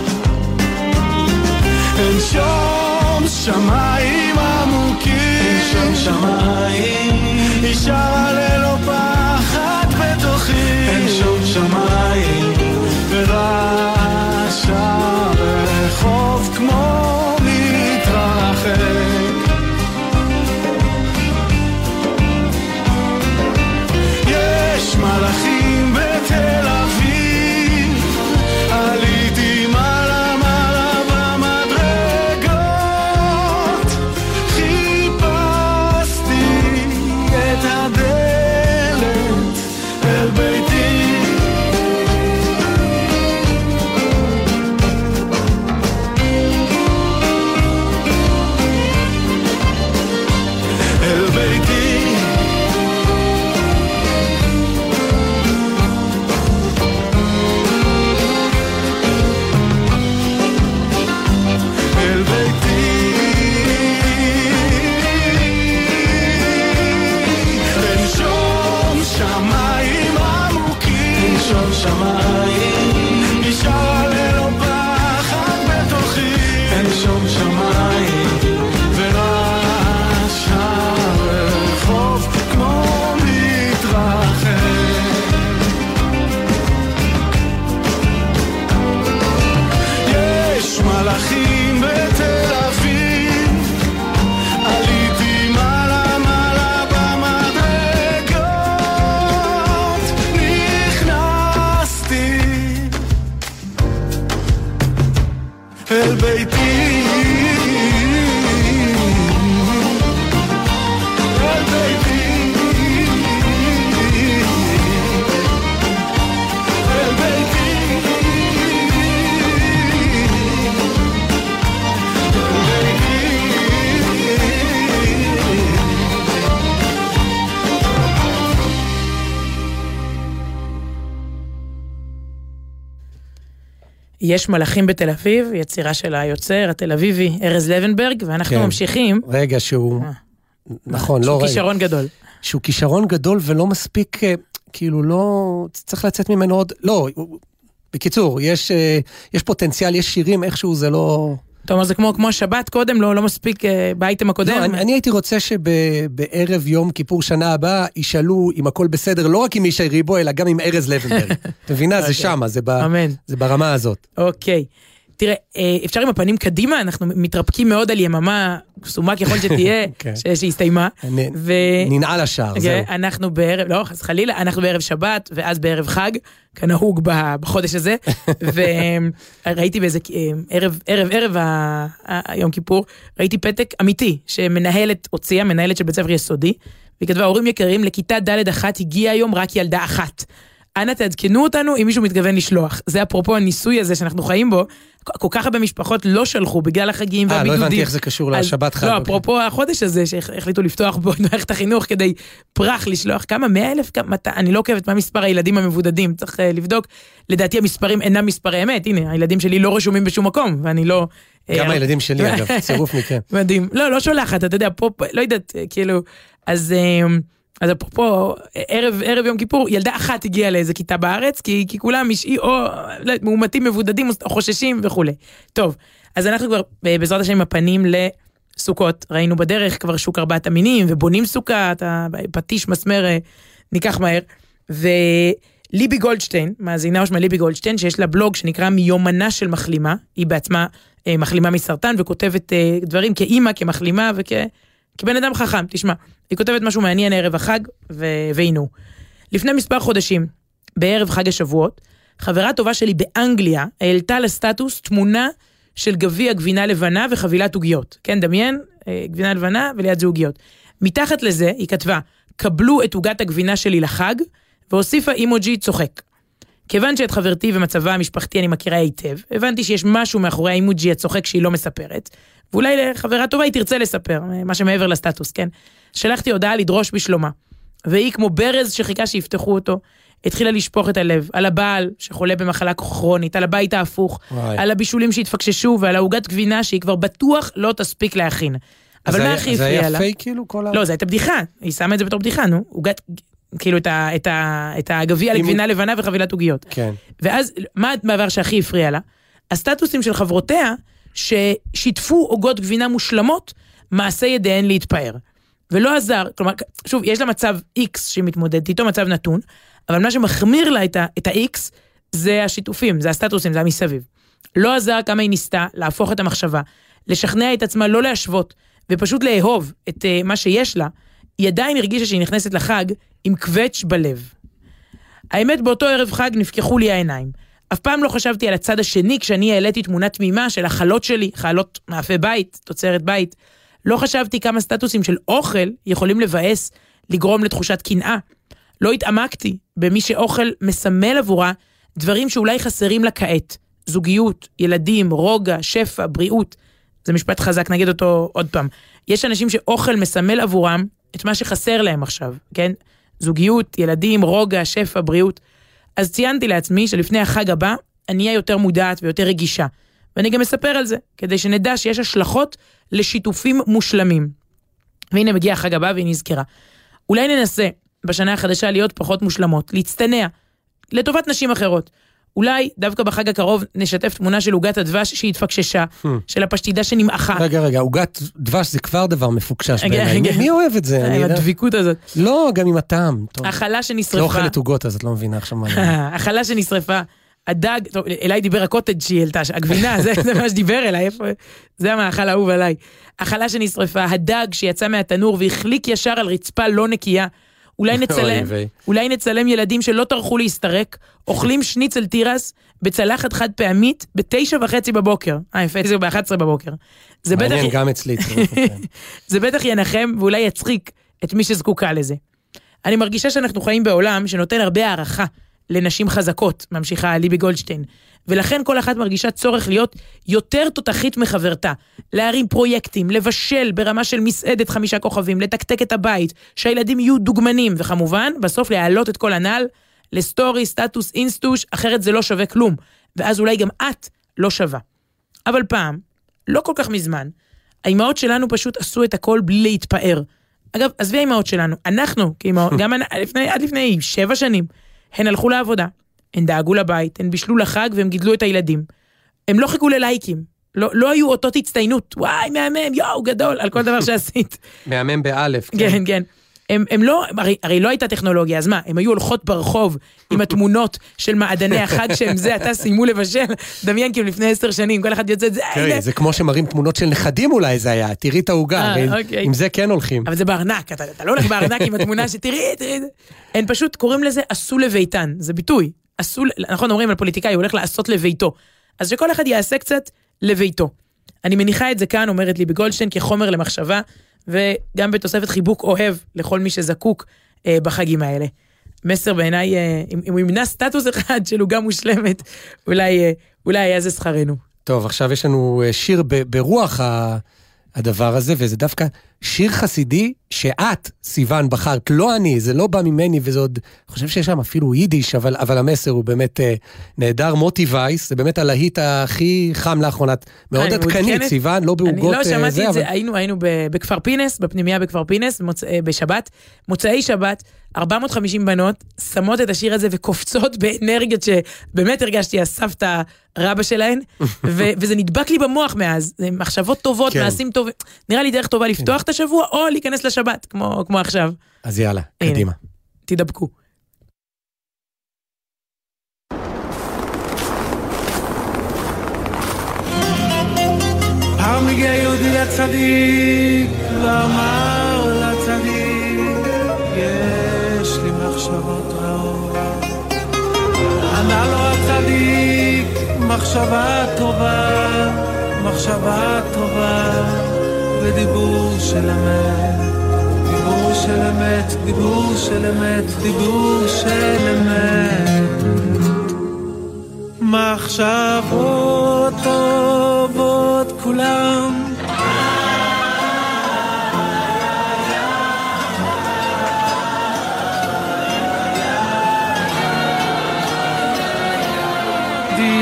אין שום שמיים עמוקים, אין שום שמיים, אישה ללא פחד בתוכי, אין שום שמיים, ורעש הרחוב כמו מתרחק, יש מלאכים בתל אביב, עליתי מעלה מעלה במדרגות, חיפשתי את הדלת אל ביתי, אל ביתי, אל ביתי, אין שום שמיים עמוקים, אין שום שמיים, אישה ללא פחד בתוכי, אין שום שמיים, ורעש הרחוב כמו מתרחק, יש מלאכים בתל אביב, עליתי מעלה מעלה במדרגות, נכנסתי אל ביתי, אל ביתי, אל ביתי, יש מלאכים בתל אביב, יצירה של היוצר התל אביבי ארז לבנברג, ואנחנו כן. ממשיכים. רגע שהוא, נכון, לא שהוא רגע. כישרון גדול. שהוא כישרון גדול ולא מספיק, כאילו לא, צריך לצאת ממנו עוד, לא, בקיצור, יש פוטנציאל, יש שירים, איכשהו זה לא... אתה אומר, זה כמו שבת קודם, לא מספיק באייטם הקודם. לא, אני הייתי רוצה שבערב יום כיפור שנה הבאה, ישאלו אם הכל בסדר, לא רק עם ישי ריבו, אלא גם עם ארז לבנברג. אתה מבינה? זה שמה, זה ברמה הזאת. אוקיי. תראה, אפשר עם הפנים קדימה, אנחנו מתרפקים מאוד על יממה, קסומה ככל שתהיה, שהסתיימה. ננעל השער, זהו. אנחנו בערב, לא, חס חלילה, אנחנו בערב שבת, ואז בערב חג, כנהוג בחודש הזה, וראיתי באיזה ערב היום כיפור, ראיתי פתק אמיתי, שמנהלת הוציאה, מנהלת של בית ספר יסודי, והיא כתבה, הורים יקרים, לכיתה ד' אחת הגיעה היום רק ילדה אחת. אנא תעדכנו אותנו אם מישהו מתכוון לשלוח. זה אפרופו הניסוי הזה שאנחנו חיים בו, כל כך הרבה משפחות לא שלחו בגלל החגים והבידודים. לא הבנתי איך זה קשור לשבת חג. לא, אפרופו החודש הזה שהחליטו לפתוח בו את מערכת החינוך כדי פרח לשלוח. כמה? 100,000? אני לא עוקבת מה מספר הילדים המבודדים, צריך לבדוק. לדעתי המספרים אינם מספרי אמת. הנה, הילדים שלי לא רשומים בשום מקום, ואני לא... גם הילדים שלי, אגב, צירוף מקרה. מדהים. לא שולחת, אתה יודע, פה, לא יודעת, כאילו, אז אפרופו, ערב יום כיפור, ילדה אחת הגיעה לאיזה כיתה בארץ, כי כולם או מאומתים מבודדים או חוששים וכו'. טוב, אז אנחנו כבר בעזרת השם הפנים לסוכות, ראינו בדרך כבר שוק 4 המינים, ובונים סוכה, פטיש מסמר ניקח מהר, וליבי גולדשטיין, מאזינה ושמה ליבי גולדשטיין, שיש לה בלוג שנקרא מיומנה של מחלימה, היא בעצמה מחלימה מסרטן, וכותבת דברים כאימא, כמחלימה כבן אדם חכם, תשמע, היא כותבת משהו מעניין ערב החג, והינו. לפני מספר חודשים, בערב חג השבועות, חברה טובה שלי באנגליה, העלתה לסטטוס תמונה של גביע גבינה לבנה וחבילת עוגיות. כן, דמיין, גבינה לבנה וליד זה עוגיות. מתחת לזה, היא כתבה, קבלו את עוגת הגבינה שלי לחג, והוסיפה אימוג'י צוחק. כיוון שאת חברתי ומצבה המשפחתי אני מכירה היטב, הבנתי שיש משהו מאחורי האימוג'י הצוחק שהיא לא מספרת, ואולי לחברה טובה היא תרצה לספר, מה שמעבר לסטטוס, כן? שלחתי הודעה לדרוש בשלומה, והיא כמו ברז שחיכה שיפתחו אותו, התחילה לשפוך את הלב, על הבעל שחולה במחלה כרונית, על הבית ההפוך, על הבישולים שהתפקששו, ועל העוגת גבינה שהיא כבר בטוח לא תספיק להכין. אבל מה הכי הפריע לה? זה היה פייק כאילו כל ה... לא, זה הייתה בדיחה, היא שמה את זה בתור בדיחה, נו, עוגת, כאילו את הגביע לגבינה לבנה וחבילת עוגיות. כן. ואז, מה הדבר שהכי הפריע לה? הסטטוסים של חברותיה, ששיתפו עוגות גבינה מושלמות, מעשה ידיהן להתפאר. ולא עזר, כלומר, שוב, יש לה מצב X שמתמודד איתו, מצב נתון, אבל מה שמחמיר לה את ה-X, זה השיתופים, זה הסטטוסים, זה המסביב. לא עזר כמה היא ניסתה להפוך את המחשבה, לשכנע את עצמה לא להשוות, ופשוט לאהוב את מה שיש לה, היא עדיין הרגישה שהיא נכנסת לחג עם קווץ' בלב. האמת, באותו ערב חג נפקחו לי העיניים. אף פעם לא חשבתי על הצד השני כשאני העליתי תמונת תמימה של החלות שלי, חלות מאפי בית, תוצרת בית. לא חשבתי כמה סטטוסים של אוכל יכולים לבאס, לגרום לתחושת קנאה. לא התעמקתי במי שאוכל מסמל עבורה דברים שאולי חסרים לה כעת. זוגיות, ילדים, רוגע, שפע, בריאות. זה משפט חזק, נגיד אותו עוד פעם. יש אנשים שאוכל מסמל עבורם את מה שחסר להם עכשיו, כן? זוגיות, ילדים, רוגע, שפע, בריאות. אז ציינתי לעצמי שלפני החג הבא, אני אהיה יותר מודעת ויותר רגישה. ואני גם מספר על זה, כדי שנדע שיש השלכות לשיתופים מושלמים. והנה מגיע החג הבא והיא נזכרה. אולי ננסה בשנה החדשה להיות פחות מושלמות, להצטנע, לטובת נשים אחרות. אולי דווקא בחג הקרוב נשתף תמונה של עוגת הדבש שהתפקששה, של הפשטידה שנמעכה. רגע, עוגת דבש זה כבר דבר מפוקשש בעיניי. מי אוהב את זה? עם הדביקות הזאת. לא, גם עם הטעם. החלה שנשרפה. לא אוכלת עוגות, אז את לא מבינה עכשיו מה. החלה שנשרפה. הדג, טוב, אליי דיבר הקוטג' שהיא העלתה, הגבינה, זה מה שדיבר אליי, זה המאכל האהוב עליי. החלה שנשרפה, הדג שיצא מהתנור והחליק ישר על רצפה לא נקייה, אולי נצלם ילדים שלא טרחו להסתרק, אוכלים שניצל תירס בצלחת חד פעמית ב9:30 בבוקר. יפה, זה ב11 בבוקר. מעניין גם אצלי. זה בטח ינחם ואולי יצחיק את מי שזקוקה לזה. אני מרגישה שאנחנו חיים בעולם שנותן הרבה הערכה לנשים חזקות, ממשיכה ליבי גולדשטיין, ולכן כל אחת מרגישה צורך להיות יותר תותחית מחברתה, להרים פרויקטים, לבשל ברמה של מסעדת 5 כוכבים, לתקתק את הבית, שהילדים יהיו דוגמנים, וכמובן, בסוף להעלות את כל הנעל, לסטורי, סטטוס, אינסטוש, אחרת זה לא שווה כלום, ואז אולי גם את לא שווה. אבל פעם, לא כל כך מזמן, האימהות שלנו פשוט עשו את הכל בלי להתפאר. אגב, עזבי האימהות שלנו, אנחנו, כאימהות, גם עד לפני 7 שנים, הן הלכו לעבודה, הן דאגו לבית, הן בישלו לחג והם גידלו את הילדים. הם לא חיכו ללייקים, לא היו אותות הצטיינות, וואי, מהמם, יואו, גדול, על כל דבר שעשית. מהמם באלף. כן, כן. הם לא, הרי לא הייתה טכנולוגיה, אז מה? הם היו הולכות ברחוב עם התמונות של מעדני החג שהם זה, אתה סיימו לבשל, דמיין כאילו לפני 10 שנים, כל אחד יוצא את זה, תראי, זה כמו שמראים תמונות של נכדים אולי זה היה, תראי את העוגה, עם זה כן הולכים. אבל זה בארנק, אתה לא הולך בארנק עם התמונה שתראי, הם פשוט קוראים לזה עשו לביתן, זה ביטוי, נכון אומרים על פוליטיקאי, הוא הולך לעשות לביתו, אז שכל אחד יעשה קצת לביתו. אני מניחה את זה כאן, אומרת לי בגולדשטיין, כחומר למחשבה, וגם בתוספת חיבוק אוהב לכל מי שזקוק בחגים האלה. מסר בעיניי, אם הוא ימנע סטטוס אחד של עוגה מושלמת, אולי היה זה שכרנו. טוב, עכשיו יש לנו שיר ברוח הדבר הזה, וזה דווקא שיר חסידי שאת, סיוון, בחרת, לא אני, זה לא בא ממני, וזה עוד, אני חושב שיש שם אפילו יידיש, אבל המסר הוא באמת נהדר, מוטי וייס, זה באמת הלהיט הכי חם לאחרונה, מאוד עדכנית, סיוון, לא בעוגות זה. אני לא שמעתי את זה, היינו בכפר פינס, בפנימיה בכפר פינס, בשבת, מוצאי שבת, 450 בנות, שמות את השיר הזה וקופצות באנרגיות שבאמת הרגשתי הסבתא רבא שלהן, וזה נדבק לי במוח מאז, זה מחשבות טובות, מעשים טובים, נראה לי דרך טובה לפתוח את השבוע, או להיכנס לשבת, כמו עכשיו. אז יאללה, קדימה. תדבקו. פעם הגיע יהודי לצדיק, ואמר לצדיק, יש לי מחשבות רעות. ענה לו הצדיק, מחשבה טובה, ודיבור של אמת, דיבור של אמת, דיבור של אמת, דיבור של אמת. מחשבות טובות כולם,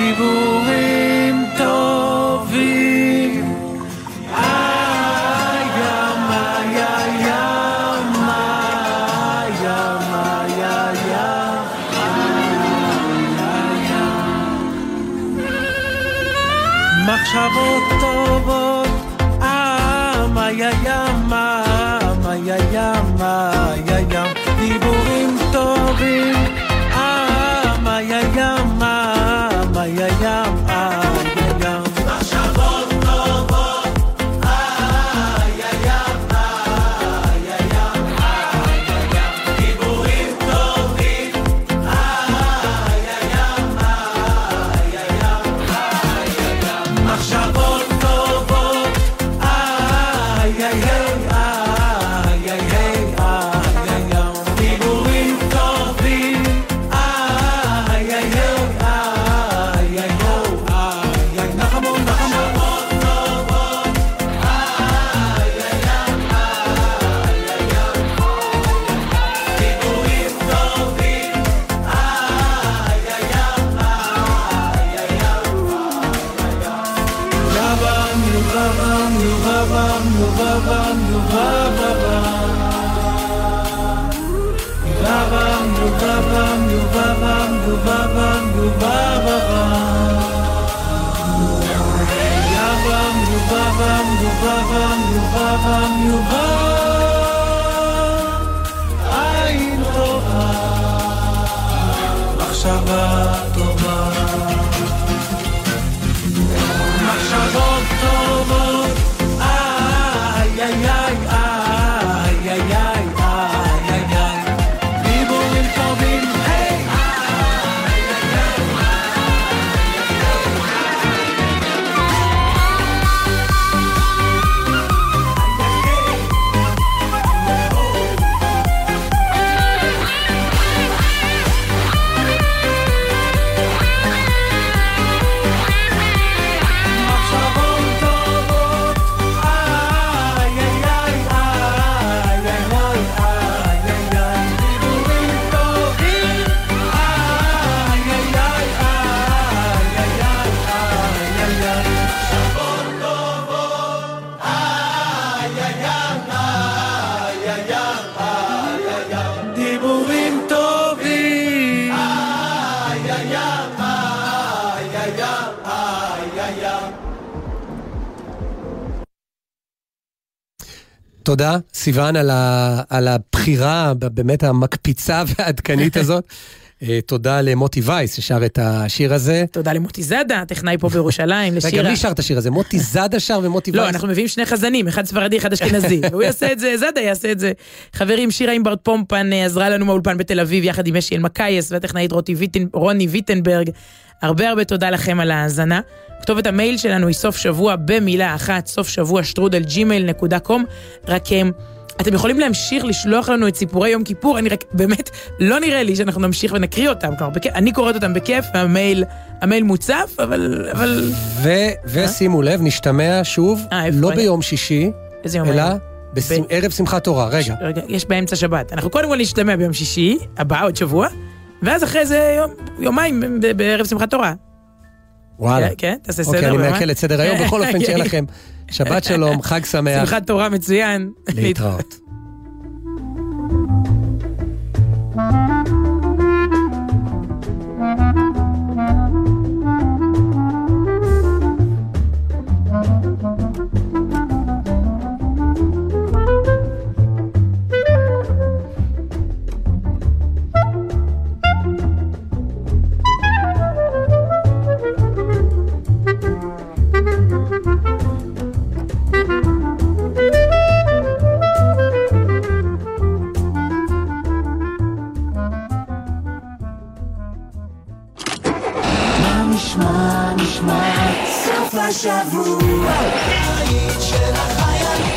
דיבורים טובים מחשבות טובות מה יא יא דיבורים טובים מה יא יא מחשבות טובות יא יא דיבורים טובים מחשבות טובות דיבורים טובים נחמון מחשבות טובות דיבורים טובים עין טובה מחשבה טובה מחשבות טובות דיבורים טובים דיבורים טובים תודה, סיוון, על הבחירה באמת המקפיצה והעדכנית הזאת. תודה למוטי וייס ששר את השיר הזה. תודה למוטי זאדה, טכנאי פה בירושלים, לשירה. רגע, מי שר את השיר הזה? מוטי זאדה שר ומוטי וייס? לא, אנחנו מביאים שני חזנים, אחד ספרדי, אחד אשכנזי. והוא יעשה את זה, זאדה יעשה את זה. חברים, שירה אימברט פומפן עזרה לנו מהאולפן בתל אביב, יחד עם אשיאל מקייס, והטכנאית רוני ויטנברג. הרבה תודה לכם על ההאזנה. כתובת המייל שלנו היא סוף שבוע במילה אחת, סוף שבוע @gmail.com. רק אתם יכולים להמשיך לשלוח לנו את סיפורי יום כיפור, אני רק באמת לא נראה לי שאנחנו נמשיך ונקריא אותם, אני קוראת אותם בכיף, והמייל מוצף, אבל... ושימו לב, נשתמע שוב, לא ביום שישי, אלא בערב שמחת תורה, רגע. יש באמצע שבת, אנחנו קודם כל נשתמע ביום שישי, הבא עוד שבוע, ואז אחרי זה יומיים בערב שמחת תורה. וואלה. כן, תעשה סדר. אוקיי, אני מעכל את סדר היום, בכל אופן שיהיה לכם שבת שלום, חג שמח. שמחת תורה מצוין. להתראות. השבוע היית של החייל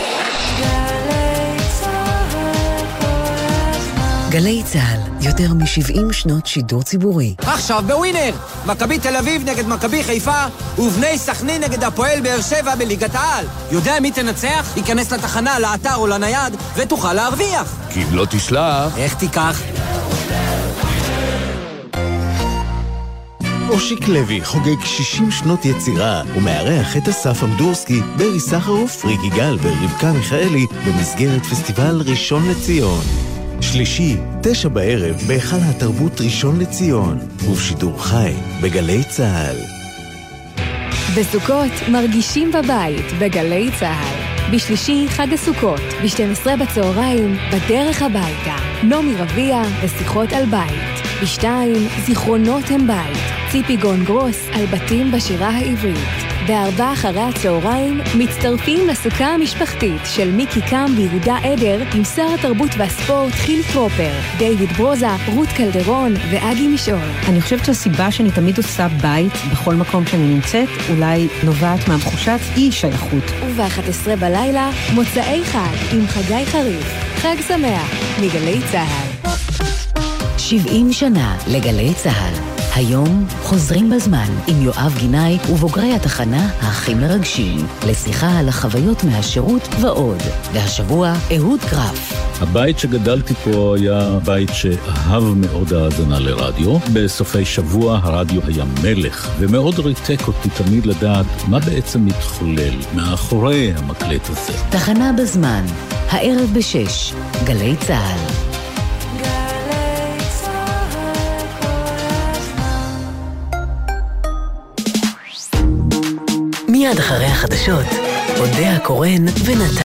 גלי צהל, יותר מ-70 שנות שידור ציבורי. עכשיו בווינר, מכבי תל אביב נגד מכבי חיפה, ובני סכנין נגד הפועל באר שבע בליגת העל. יודע מי תנצח? ייכנס לתחנה, לאתר או לנייד, ותוכל להרוויח. כי אם לא תשלח... איך תיקח? אושיק לוי חוגג 60 שנות יצירה ומארח את אסף אמדורסקי, ברי סחרוף, ריקי גל ורבקה מיכאלי במסגרת פסטיבל ראשון לציון. שלישי, 9 בערב בהיכל התרבות ראשון לציון, ובשידור חי בגלי צהל. בסוכות מרגישים בבית בגלי צהל. בשלישי חג הסוכות, ב-12 בצהריים, בדרך הביתה. נומי רביה ושיחות על בית. ב-2 זיכרונות הם בית. ציפי גון גרוס על בתים בשירה העברית. ב-4 אחרי הצהריים מצטרפים לסוכה המשפחתית של מיקי קם ויהודה עדר עם שר התרבות והספורט חיל טרופר, דיוויד ברוזה, רות קלדרון ואגי משעול. אני חושבת שהסיבה שאני תמיד עושה בית בכל מקום שאני נמצאת אולי נובעת מהתחושת אי שייכות. וב-11 בלילה מוצאי חג עם חגי חריף. חג שמח מגלי צהל. 70 שנה לגלי צהל. היום חוזרים בזמן עם יואב גינאי ובוגרי התחנה הכי מרגשים לשיחה על החוויות מהשירות ועוד. והשבוע אהוד גרף. הבית שגדלתי פה היה בית שאהב מאוד האזנה לרדיו. בסופי שבוע הרדיו היה מלך, ומאוד ריתק אותי תמיד לדעת מה בעצם מתחולל מאחורי המקלט הזה. תחנה בזמן, הערב ב6, גלי צהל. מיד אחרי החדשות, אודיה קורן ונתן